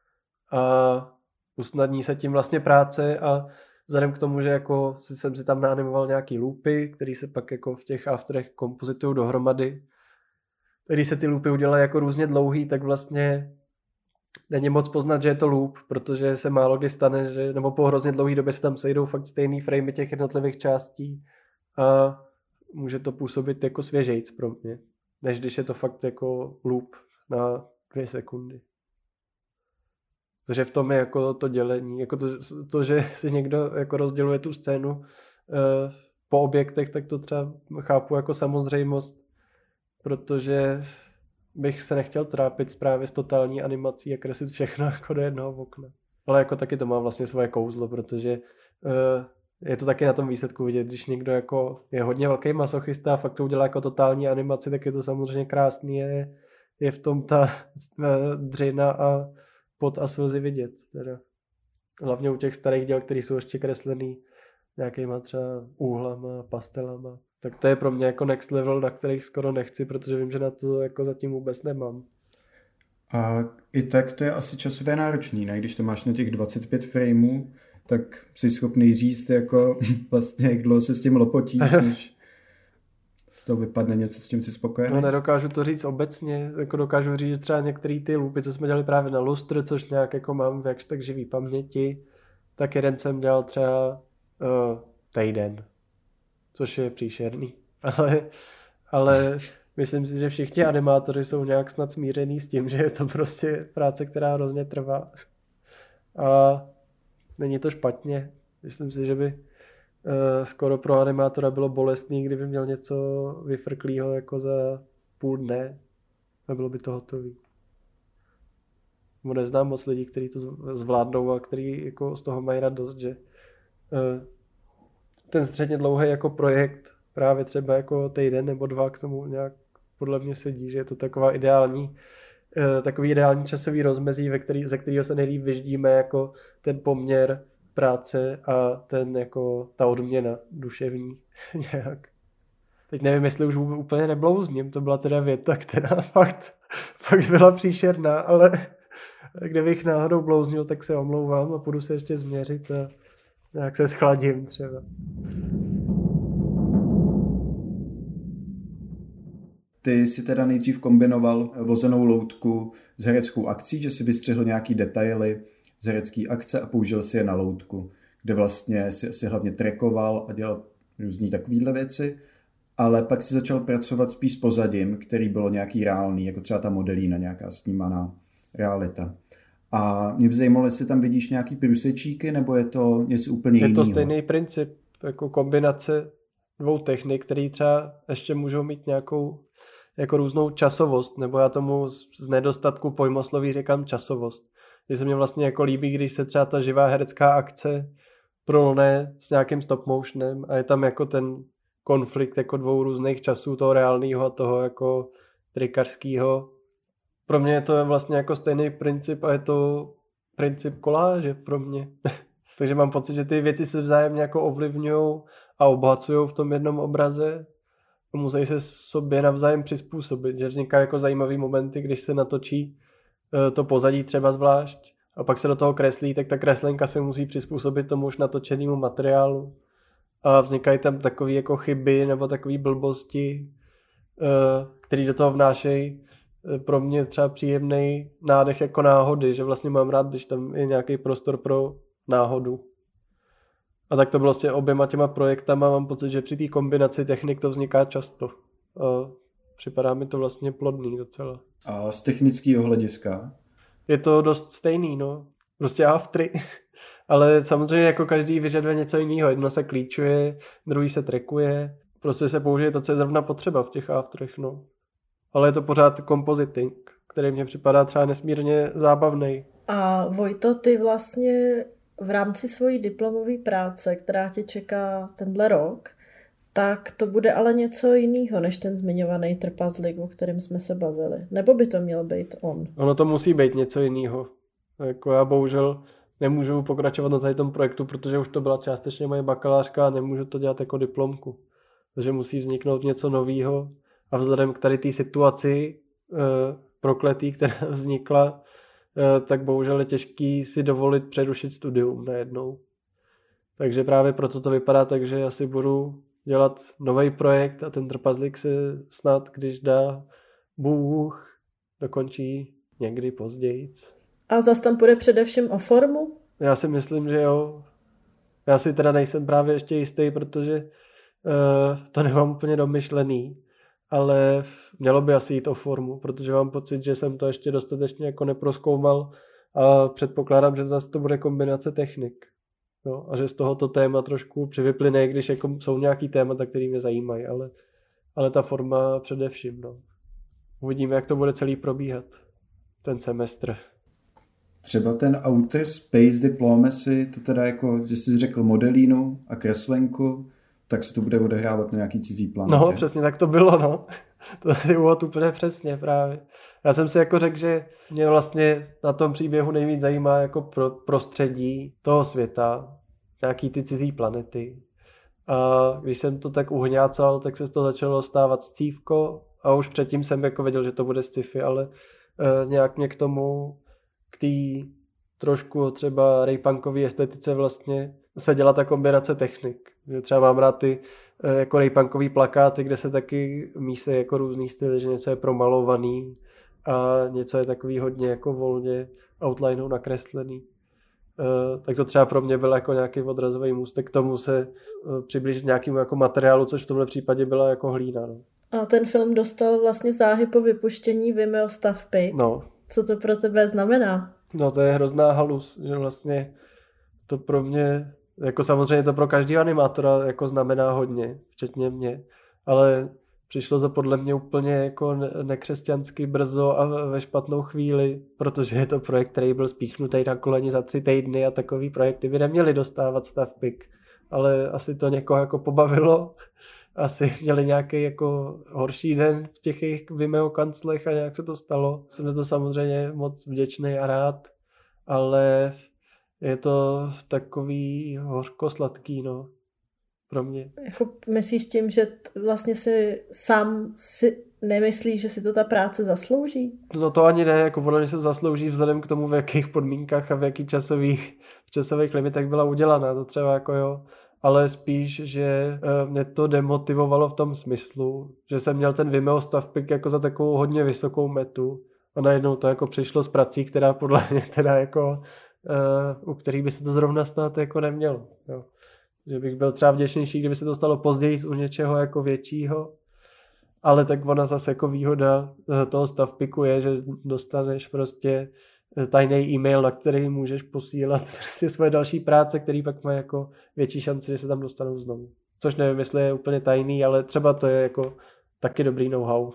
A usnadní se tím vlastně práce a vzhledem k tomu, že jako jsem si tam naanimoval nějaký loopy, který se pak jako v těch Afterech kompozitují dohromady. Když se ty loopy udělají jako různě dlouhý, tak vlastně není moc poznat, že je to loop, protože se málo kdy stane, že, nebo po hrozně dlouhé době se tam sejdou fakt stejný framey těch jednotlivých částí a může to působit jako svěžejc pro mě, než když je to fakt jako loop na 2 sekundy. Takže v tom je jako to dělení, jako to že si někdo jako rozděluje tu scénu po objektech, tak to třeba chápu jako samozřejmost, protože bych se nechtěl trápit právě s totální animací a kreslit všechno jako do jednoho okna. Ale jako taky to má vlastně svoje kouzlo, protože je to taky na tom výsledku vidět, když někdo jako je hodně velký masochista a fakt to udělá jako totální animaci, tak je to samozřejmě krásný, je v tom ta dřina a pot a slzy vidět. Teda. Hlavně u těch starých děl, které jsou ještě kreslený nějakýma třeba úhlama, pastelama. Tak to je pro mě jako next level, na kterých skoro nechci, protože vím, že na to jako zatím vůbec nemám. A i tak to je asi časově náročný, ne? Když to máš na těch 25 frameů, tak jsi schopný říct jako vlastně, jak dlouho se s tím lopotíš, než z toho vypadne něco, s čím jsi spokojený. No nedokážu to říct obecně, jako dokážu říct třeba některé ty loopy, co jsme dělali právě na lustr, což nějak jako mám v jakž tak živý paměti, tak jeden jsem dělal třeba týden, což je příšerný, ale myslím si, že všichni animátoři jsou nějak snad smířený s tím, že je to prostě práce, která hrozně trvá. A není to špatně. Myslím si, že by skoro pro animátora bylo bolestný, kdyby měl něco vyfrklýho jako za půl dne a bylo by to hotový. Neznám moc lidí, kteří to zvládnou a kteří jako z toho mají radost, že ten středně dlouhý jako projekt právě třeba jako týden nebo 2 k tomu nějak podle mě sedí, že je to takový ideální časový rozmezí, ze kterého se nejlíp vyždíme jako ten poměr práce a ten jako ta odměna duševní nějak. Teď nevím, jestli už úplně neblouzním, to byla teda věta, která fakt byla příšerná, ale kdybych náhodou blouznil, tak se omlouvám a půjdu se ještě změřit a nějak se schladím třeba. Ty si teda nejdřív kombinoval vozenou loutku s hereckou akcí, že si vystřihl nějaký detaily z herecké akce a použil si je na loutku, kde vlastně si hlavně trackoval a dělal různý takovýhle věci, ale pak si začal pracovat spíš s pozadím, který bylo nějaký reálný, jako třeba ta modelína, nějaká snímaná realita. A mě by zajímalo, jestli tam vidíš nějaký průsečíky, nebo je to něco úplně jiného. Je to stejný princip, jako kombinace 2 technik, které třeba ještě můžou mít nějakou jako různou časovost, nebo já tomu z nedostatku pojmosloví říkám časovost. Že se mně vlastně jako líbí, když se třeba ta živá herecká akce prolne s nějakým stop motionem a je tam jako ten konflikt jako 2 různých časů, toho reálného a toho jako trikařského. Pro mě je to vlastně jako stejný princip a je to princip koláže pro mě. Takže mám pocit, že ty věci se vzájemně jako ovlivňují a obohacují v tom jednom obraze. Musí se sobě navzájem přizpůsobit, že vznikají jako zajímavý momenty, když se natočí to pozadí třeba zvlášť a pak se do toho kreslí, tak ta kreslenka se musí přizpůsobit tomu už natočenému materiálu a vznikají tam takové jako chyby nebo takové blbosti, které do toho vnášejí pro mě třeba příjemný nádech jako náhody, že vlastně mám rád, když tam je nějaký prostor pro náhodu. A tak to bylo vlastně oběma těma projektama, mám pocit, že při té kombinaci technik to vzniká často. A připadá mi to vlastně plodný docela. A z technického hlediska? Je to dost stejný, no. Prostě aftery. Ale samozřejmě jako každý vyžaduje něco jiného. Jedno se klíčuje, druhý se trackuje. Prostě se použije to, co je zrovna potřeba v těch afterech, no. Ale je to pořád compositing, který mně připadá třeba nesmírně zábavný. A Vojto, ty vlastně v rámci svojí diplomové práce, která tě čeká tenhle rok, tak to bude ale něco jiného, než ten zmiňovaný trpazlík, o kterém jsme se bavili. Nebo by to měl být on? Ono to musí být něco jiného. Jako já bohužel nemůžu pokračovat na tady tom projektu, protože už to byla částečně moje bakalářka a nemůžu to dělat jako diplomku. Takže musí vzniknout něco nového a vzhledem k tady té situaci prokletý, která vznikla, tak bohužel je těžký si dovolit přerušit studium najednou. Takže právě proto to vypadá tak, že asi budu dělat nový projekt a ten trpazlík se snad, když dá Bůh, dokončí někdy později. A zase tam půjde především o formu? Já si myslím, že jo. Já si teda nejsem právě ještě jistý, protože to nemám úplně domyšlený, ale mělo by asi jít o formu, protože mám pocit, že jsem to ještě dostatečně jako neprozkoumal a předpokládám, že zase to bude kombinace technik. No, a že z tohoto téma trošku přivyplyne, když jako jsou nějaký témata, které mě zajímají, ale ta forma především. No. Uvidíme, jak to bude celý probíhat, ten semestr. Třeba ten Outer Space Diplomacy, to teda jako, že jsi řekl modelínu a kreslenku, tak se to bude odehrávat na nějaký cizí planetě. No, přesně tak to bylo, no. To je úvod úplně přesně právě. Já jsem si jako řekl, že mě vlastně na tom příběhu nejvíc zajímá jako prostředí toho světa, nějaký ty cizí planety. A když jsem to tak uhňácal, tak se to začalo stávat scívko a už předtím jsem jako věděl, že to bude sci-fi, ale nějak mě k tomu, k té trošku třeba rejpunkové estetice vlastně se dělá ta kombinace technik. Že třeba mám rád ty jako rejpunkový plakáty, kde se taky mísí jako různý styly, že něco je promalovaný a něco je takový hodně jako volně outlineou nakreslený. Tak to třeba pro mě byl jako nějaký odrazový můstek k tomu se přiblížit nějakému jako materiálu, což v tomhle případě byla jako hlína. No. A ten film dostal vlastně záhy po vypuštění Vimeo stavby. No. Co to pro tebe znamená? No to je hrozná halus, že vlastně to pro mě, jako samozřejmě to pro každého animátora jako znamená hodně, včetně mě, ale přišlo to podle mě úplně jako nekřesťansky brzo a ve špatnou chvíli, protože je to projekt, který byl spíchnutý na koleni za 3 týdny a takový projekty by neměli dostávat stavpik, ale asi to někoho jako pobavilo, asi měli nějaký jako horší den v těch jejich Vimeo kanclech a nějak se to stalo. Jsem za to samozřejmě moc vděčný a rád, ale je to takový hořko-sladký, no, pro mě. Jako myslíš tím, že vlastně si sám si nemyslíš, že si to ta práce zaslouží? No to ani ne, jako podle mě se zaslouží vzhledem k tomu, v jakých podmínkách a v jakých časových limitech byla udělaná, to třeba jako jo. Ale spíš, že mě to demotivovalo v tom smyslu, že jsem měl ten Vimeo stavpik jako za takovou hodně vysokou metu a najednou to jako přišlo s prací, která podle mě teda jako u kterých by se to zrovna stát jako nemělo. Jo. Že bych byl třeba vděčnější, kdyby se to stalo později u něčeho jako většího, ale tak ona zase jako výhoda toho stavpiku je, že dostaneš prostě tajný e-mail, na který můžeš posílat prostě svoje další práce, který pak má jako větší šanci, že se tam dostanou znovu. Což nevím, jestli je úplně tajný, ale třeba to je jako taky dobrý know-how.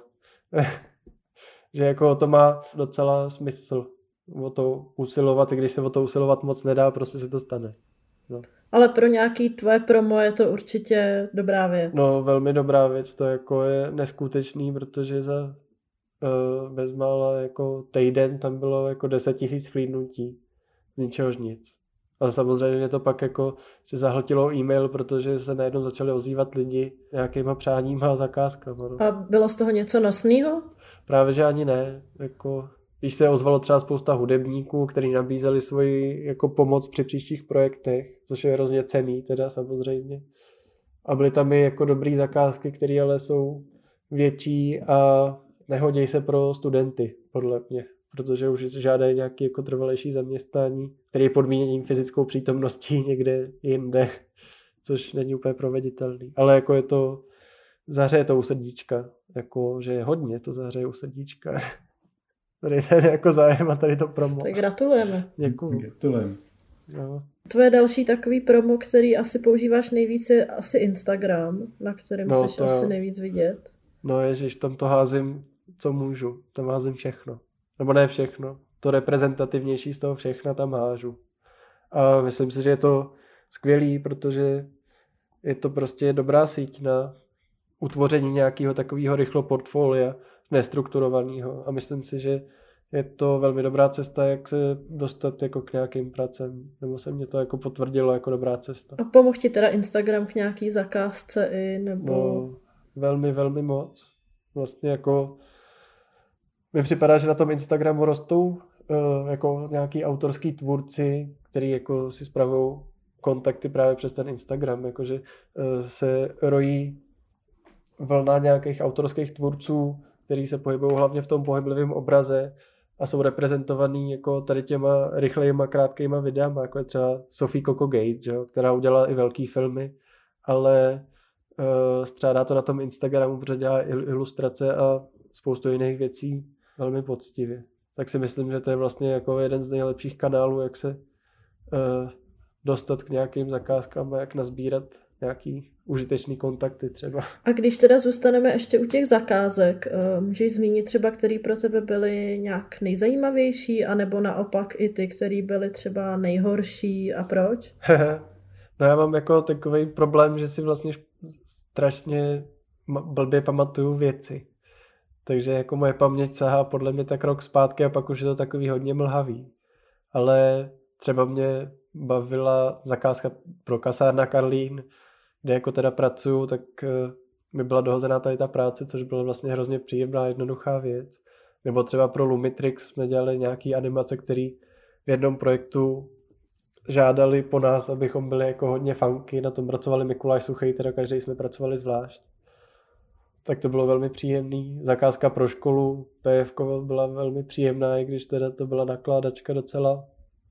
Že jako to má docela smysl o to usilovat, i když se o to usilovat moc nedá, prostě se to stane. No. Ale pro nějaký tvoje promo je to určitě dobrá věc. No, velmi dobrá věc, to jako je neskutečný, protože za bezmála jako týden tam bylo jako 10 000 chlídnutí. Z ničehož nic. Ale samozřejmě to pak jako, že zahltilo e-mail, protože se najednou začali ozývat lidi nějakýma přáníma a zakázkama. No. A bylo z toho něco nosného? Právě, že ani ne. Jako, když se ozvalo třeba spousta hudebníků, kteří nabízeli svoji jako pomoc při příštích projektech, což je hrozně cenný teda samozřejmě. A byly tam i jako dobrý zakázky, které ale jsou větší a nehodí se pro studenty, podle mě. Protože už žádají nějaké jako trvalejší zaměstnání, které je podmíněním fyzickou přítomností někde jinde, což není úplně proveditelný. Ale jako je to, zahřeje to u srdíčka, jako že je hodně to zahřeje u srdíčka. Tady ten jako zájem a tady to promo. Tak gratulujeme. Děkuju. Gratulujeme. No. Tvoje další takový promo, který asi používáš nejvíc, je asi Instagram, na kterém jsi asi nejvíc vidět. No ježiš, tam to házím, co můžu. Tam házím všechno. Nebo ne všechno. To reprezentativnější z toho všechna tam hážu. A myslím si, že je to skvělý, protože je to prostě dobrá síť na utvoření nějakého takového rychlo portfolia, nestrukturovaného. A myslím si, že je to velmi dobrá cesta, jak se dostat jako k nějakým pracem. Nebo se mě to jako potvrdilo jako dobrá cesta. A pomohl ti teda Instagram k nějaký zakázce i, nebo... No, velmi, velmi moc. Vlastně jako mi připadá, že na tom Instagramu rostou jako nějaký autorský tvůrci, který jako si spravují kontakty právě přes ten Instagram. Jakože se rojí vlna nějakých autorských tvůrců, který se pohybují hlavně v tom pohyblivém obraze a jsou reprezentovaný jako tady těma rychlejma, krátkejma videama, jako je třeba Sophie Coco Gate, že, která udělala i velký filmy, ale střádá to na tom Instagramu, protože dělá ilustrace a spoustu jiných věcí velmi poctivě. Tak si myslím, že to je vlastně jako jeden z nejlepších kanálů, jak se dostat k nějakým zakázkám a jak nazbírat nějaký užitečný kontakty třeba. A když teda zůstaneme ještě u těch zakázek, můžeš zmínit třeba, který pro tebe byly nějak nejzajímavější, anebo naopak i ty, který byly třeba nejhorší a proč? No já mám jako takový problém, že si vlastně strašně blbě pamatuju věci. Takže jako moje paměť sahá podle mě tak rok zpátky a pak už je to takový hodně mlhavý. Ale třeba mě bavila zakázka pro kasárna Karlín, kde jako teda pracuju, tak mi byla dohozená tady ta práce, což byla vlastně hrozně příjemná, jednoduchá věc. Nebo třeba pro Lumitrix jsme dělali nějaký animace, který v jednom projektu žádali po nás, abychom byli jako hodně funky, na tom pracovali Mikuláš Suchej, teda každý jsme pracovali zvlášť. Tak to bylo velmi příjemný. Zakázka pro školu PF byla velmi příjemná, i když teda to byla nakládačka docela.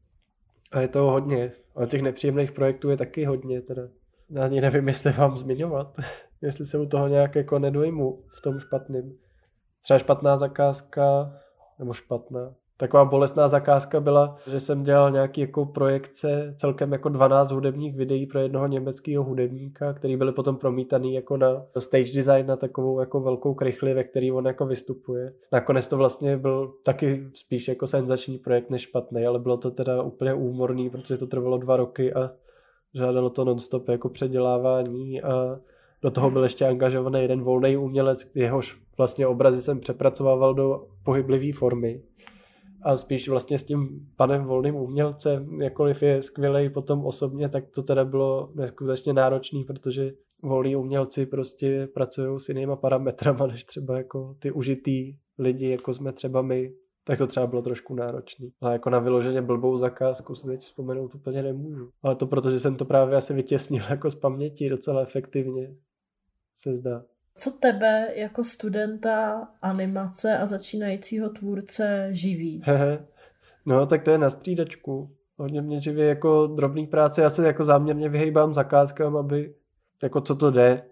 A je toho hodně. Ale těch nepříjemných projektů je taky hodně teda. Já ani nevím, jestli vám zmiňovat. Jestli se u toho nějak jako nedojmu v tom špatným. Třeba špatná zakázka, nebo špatná. Taková bolestná zakázka byla, že jsem dělal nějaký jako projekce, celkem jako 12 hudebních videí pro jednoho německého hudebníka, který byly potom promítaný jako na stage design, na takovou jako velkou krychli, ve který on jako vystupuje. Nakonec to vlastně byl taky spíš jako senzační projekt než špatný, ale bylo to teda úplně úmorný, protože to trvalo 2 roky a žádalo to non-stop jako předělávání a do toho byl ještě angažovaný jeden volný umělec, jehož vlastně obrazy jsem přepracovával do pohyblivé formy. A spíš vlastně s tím panem volným umělcem, jakkoliv je skvělej potom osobně, tak to teda bylo neskutečně náročný, protože volní umělci prostě pracují s jinýma parametrama, než třeba jako ty užitý lidi, jako jsme třeba my. Tak to třeba bylo trošku náročný. Ale jako na vyloženě blbou zakázku si teď vzpomenout úplně nemůžu. Ale to proto, že jsem to právě asi vytěsnil jako z paměti docela efektivně, se zdá. Co tebe jako studenta animace a začínajícího tvůrce živí? No, tak to je na střídačku. Hodně mě živí jako drobný práce. Já se jako záměrně vyhejbám zakázkám, aby, jako co to jde,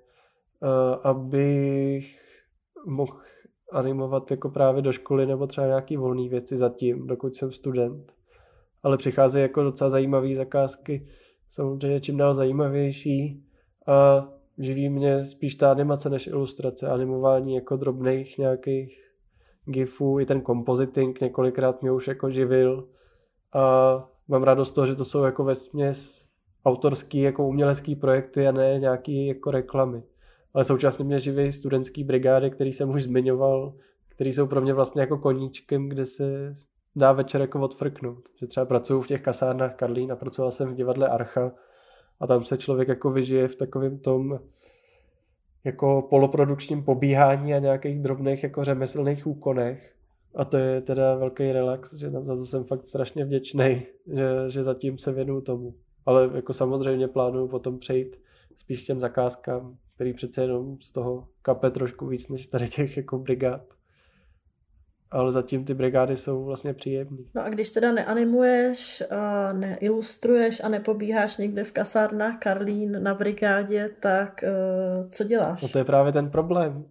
abych mohl animovat jako právě do školy nebo třeba nějaký volný věci zatím, dokud jsem student. Ale přicházejí jako docela zajímavé zakázky, samozřejmě čím dál zajímavější a živí mě spíš ta animace než ilustrace, animování jako drobných nějakých gifů, i ten compositing několikrát mě už jako živil a mám radost z toho, že to jsou jako vesměs autorský jako umělecký projekty a ne nějaký jako reklamy. Ale současně mě živí studentský brigády, který jsem už zmiňoval, který jsou pro mě vlastně jako koníčkem, kde se dá večer jako odfrknout. Že třeba pracuju v těch kasárnách Karlín a pracoval jsem v divadle Archa a tam se člověk jako vyžije v takovém tom jako poloprodukčním pobíhání a nějakých drobných jako řemeslných úkonech. A to je teda velký relax, že za to jsem fakt strašně vděčný, že zatím se věnuju tomu. Ale jako samozřejmě plánuju potom přejít spíš těm zakázkám, který přece jenom z toho kape trošku víc než tady těch jako brigád. Ale zatím ty brigády jsou vlastně příjemné. No a když teda neanimuješ, neilustruješ a nepobíháš někde v kasárnách Karlín na brigádě, tak co děláš? No to je právě ten problém.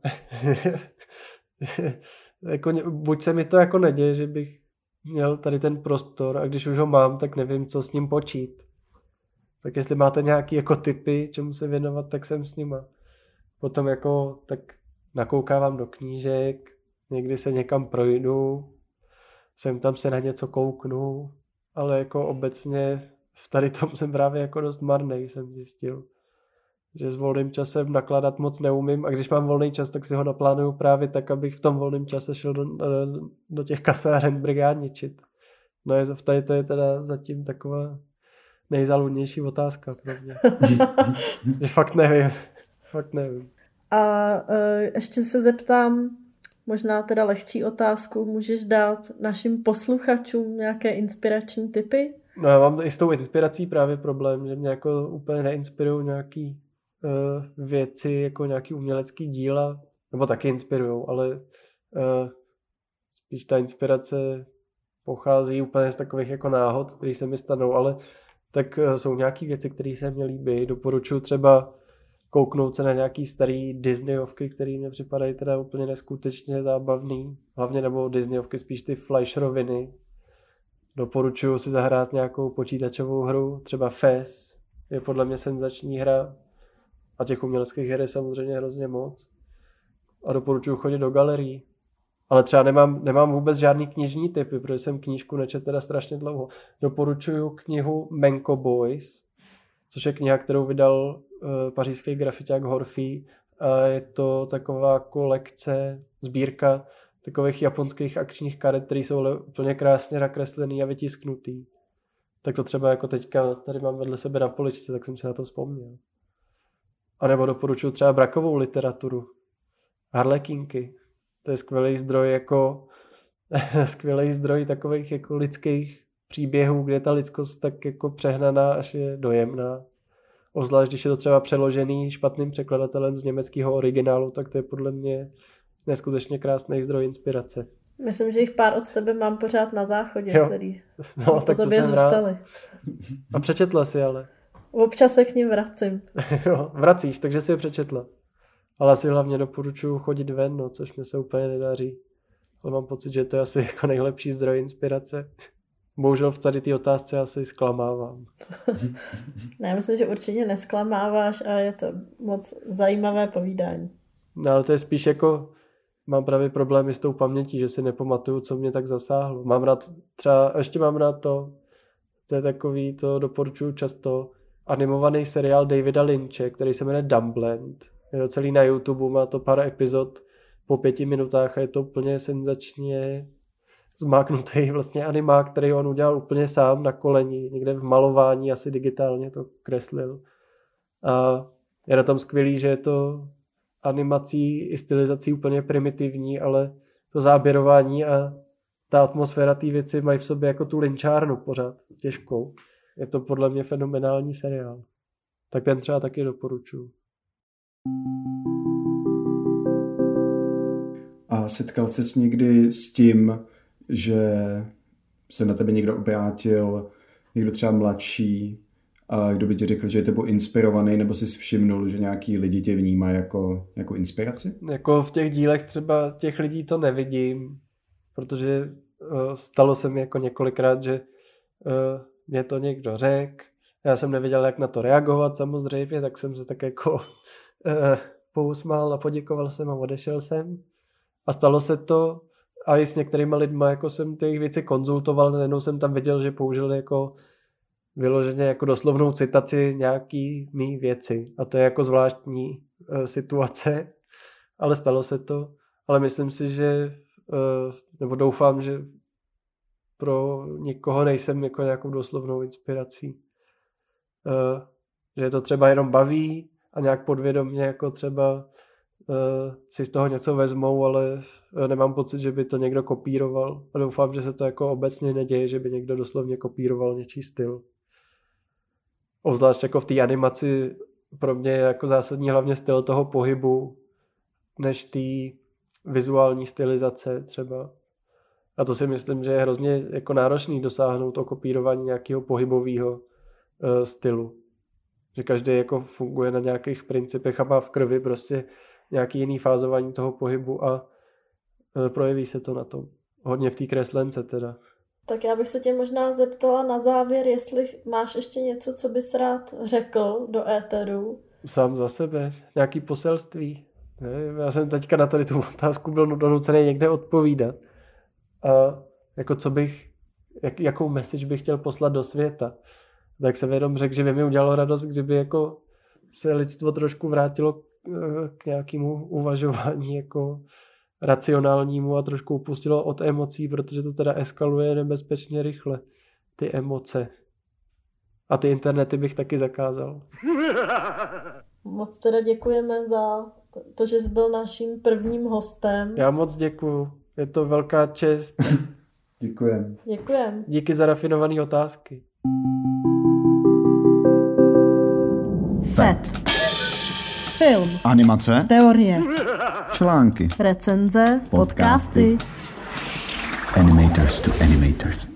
Jako, buď se mi to jako neděje, že bych měl tady ten prostor a když už ho mám, tak nevím, co s ním počít. Tak jestli máte nějaký jako tipy, čemu se věnovat, tak jsem s nima. Potom jako tak nakoukávám do knížek, někdy se někam projdu, sem tam se na něco kouknu, ale jako obecně v tady tom jsem právě jako dost marnej, jsem zjistil. Že s volným časem nakládat moc neumím a když mám volný čas, tak si ho naplánuju právě tak, abych v tom volném čase šel do těch kasáren brigádničit. No tady to je teda zatím taková nejzaludnější otázka pro mě. Že fakt nevím. A ještě se zeptám, možná teda lehčí otázku, můžeš dát našim posluchačům nějaké inspirační tipy? No já mám i s tou inspirací právě problém, že mě jako úplně neinspirují nějaký věci, jako nějaký umělecký díla, nebo taky inspirujou, ale spíš ta inspirace pochází úplně z takových jako náhod, které se mi stanou, ale tak jsou nějaký věci, které se mně líbí. Doporučuji třeba kouknout se na nějaký starý Disneyovky, které mě připadají teda úplně neskutečně zábavný. Hlavně nebo Disneyovky, spíš ty Fleischeroviny. Doporučuji si zahrát nějakou počítačovou hru, třeba Fez je podle mě senzační hra. A těch uměleckých her je samozřejmě hrozně moc. A doporučuji chodit do galerií. Ale třeba nemám vůbec žádný knižní tipy, protože jsem knížku nečetl teda strašně dlouho. Doporučuji knihu Manco Boys, což je kniha, kterou vydal pařížský grafiťák Horfy. A je to taková kolekce, sbírka takových japonských akčních karet, které jsou úplně krásně nakreslený a vytisknutý. Tak to třeba jako teďka tady mám vedle sebe na poličce, tak jsem si na to vzpomněl. A nebo doporučuji třeba brakovou literaturu. Harlekinky. To je skvělý zdroj takových jako lidských příběhů, kde je ta lidskost tak jako přehnaná, až je dojemná. Obzvlášť, když je to třeba přeložený špatným překladatelem z německého originálu, tak to je podle mě neskutečně krásný zdroj inspirace. Myslím, že jich pár od tebe mám pořád na záchodě, jo. který no, tak po tobě zůstaly. A přečetla si ale. Občas se k nim vracím. Jo, vracíš, takže si je přečetla. Ale asi hlavně doporučuji chodit ven, no, což mi se úplně nedaří. Ale mám pocit, že to je asi jako nejlepší zdroj inspirace. Bohužel v tady té otázce asi zklamávám. Ne, myslím, že určitě nesklamáváš a je to moc zajímavé povídání. No ale to je spíš jako, mám právě problémy s tou pamětí, že si nepamatuju, co mě tak zasáhlo. Mám rád to je takový, to doporučuji často, animovaný seriál Davida Lynche, který se jmenuje Dumbland. Je to celý na YouTube, má to pár epizod po 5 minutách a je to úplně senzačně zmáknutý vlastně animák, který on udělal úplně sám na koleni, někde v malování, asi digitálně to kreslil. A je na tom skvělý, že je to animací i stylizací úplně primitivní, ale to záběrování a ta atmosféra té věci mají v sobě jako tu lynčárnu pořád těžkou. Je to podle mě fenomenální seriál. Tak ten třeba taky doporučuji. A setkal ses někdy s tím, že se na tebe někdo obrátil, někdo třeba mladší, a kdo by ti řekl, že je tebou inspirovaný, nebo jsi všimnul, že nějaký lidi tě vnímají jako inspiraci? Jako v těch dílech třeba těch lidí to nevidím, protože stalo se mi jako několikrát, že mě to někdo řekl. Já jsem nevěděl, jak na to reagovat samozřejmě, tak jsem se tak jako pousmál a poděkoval jsem a odešel jsem. A stalo se to a i s některýma lidma jako jsem těch věci konzultoval, najednou jsem tam viděl, že použili jako vyloženě jako doslovnou citaci nějaký mý věci. A to je jako zvláštní situace, ale stalo se to. Ale myslím si, že nebo doufám, že pro nikoho nejsem jako nějakou doslovnou inspirací. Že to třeba jenom baví a nějak podvědomě jako třeba si z toho něco vezmou, ale nemám pocit, že by to někdo kopíroval. A doufám, že se to jako obecně neděje, že by někdo doslovně kopíroval něčí styl. Obzvlášť jako v té animaci pro mě je jako zásadní hlavně styl toho pohybu, než té vizuální stylizace třeba. A to si myslím, že je hrozně jako náročný dosáhnout o kopírování nějakého pohybového stylu. Že každý jako funguje na nějakých principech a má v krvi prostě nějaký jiný fázování toho pohybu a projeví se to na tom. Hodně v té kreslence teda. Tak já bych se tě možná zeptala na závěr, jestli máš ještě něco, co bys rád řekl do éteru. Sám za sebe. Nějaký poselství. Já jsem teďka na tady tu otázku byl donucený někde odpovídat. A jako co bych, jakou message bych chtěl poslat do světa. Tak jsem jenom řekl, že by mi udělalo radost, kdyby jako se lidstvo trošku vrátilo k nějakému uvažování jako racionálnímu a trošku upustilo od emocí, protože to teda eskaluje nebezpečně rychle. Ty emoce. A ty internety bych taky zakázal. Moc teda děkujeme za to, že jsi byl naším prvním hostem. Já moc děkuju. Je to velká čest. Děkujem. Děkujem. Díky za rafinované otázky. FET. Film. Animace. Teorie. Články. Recenze. Podcasty. Animators to animators.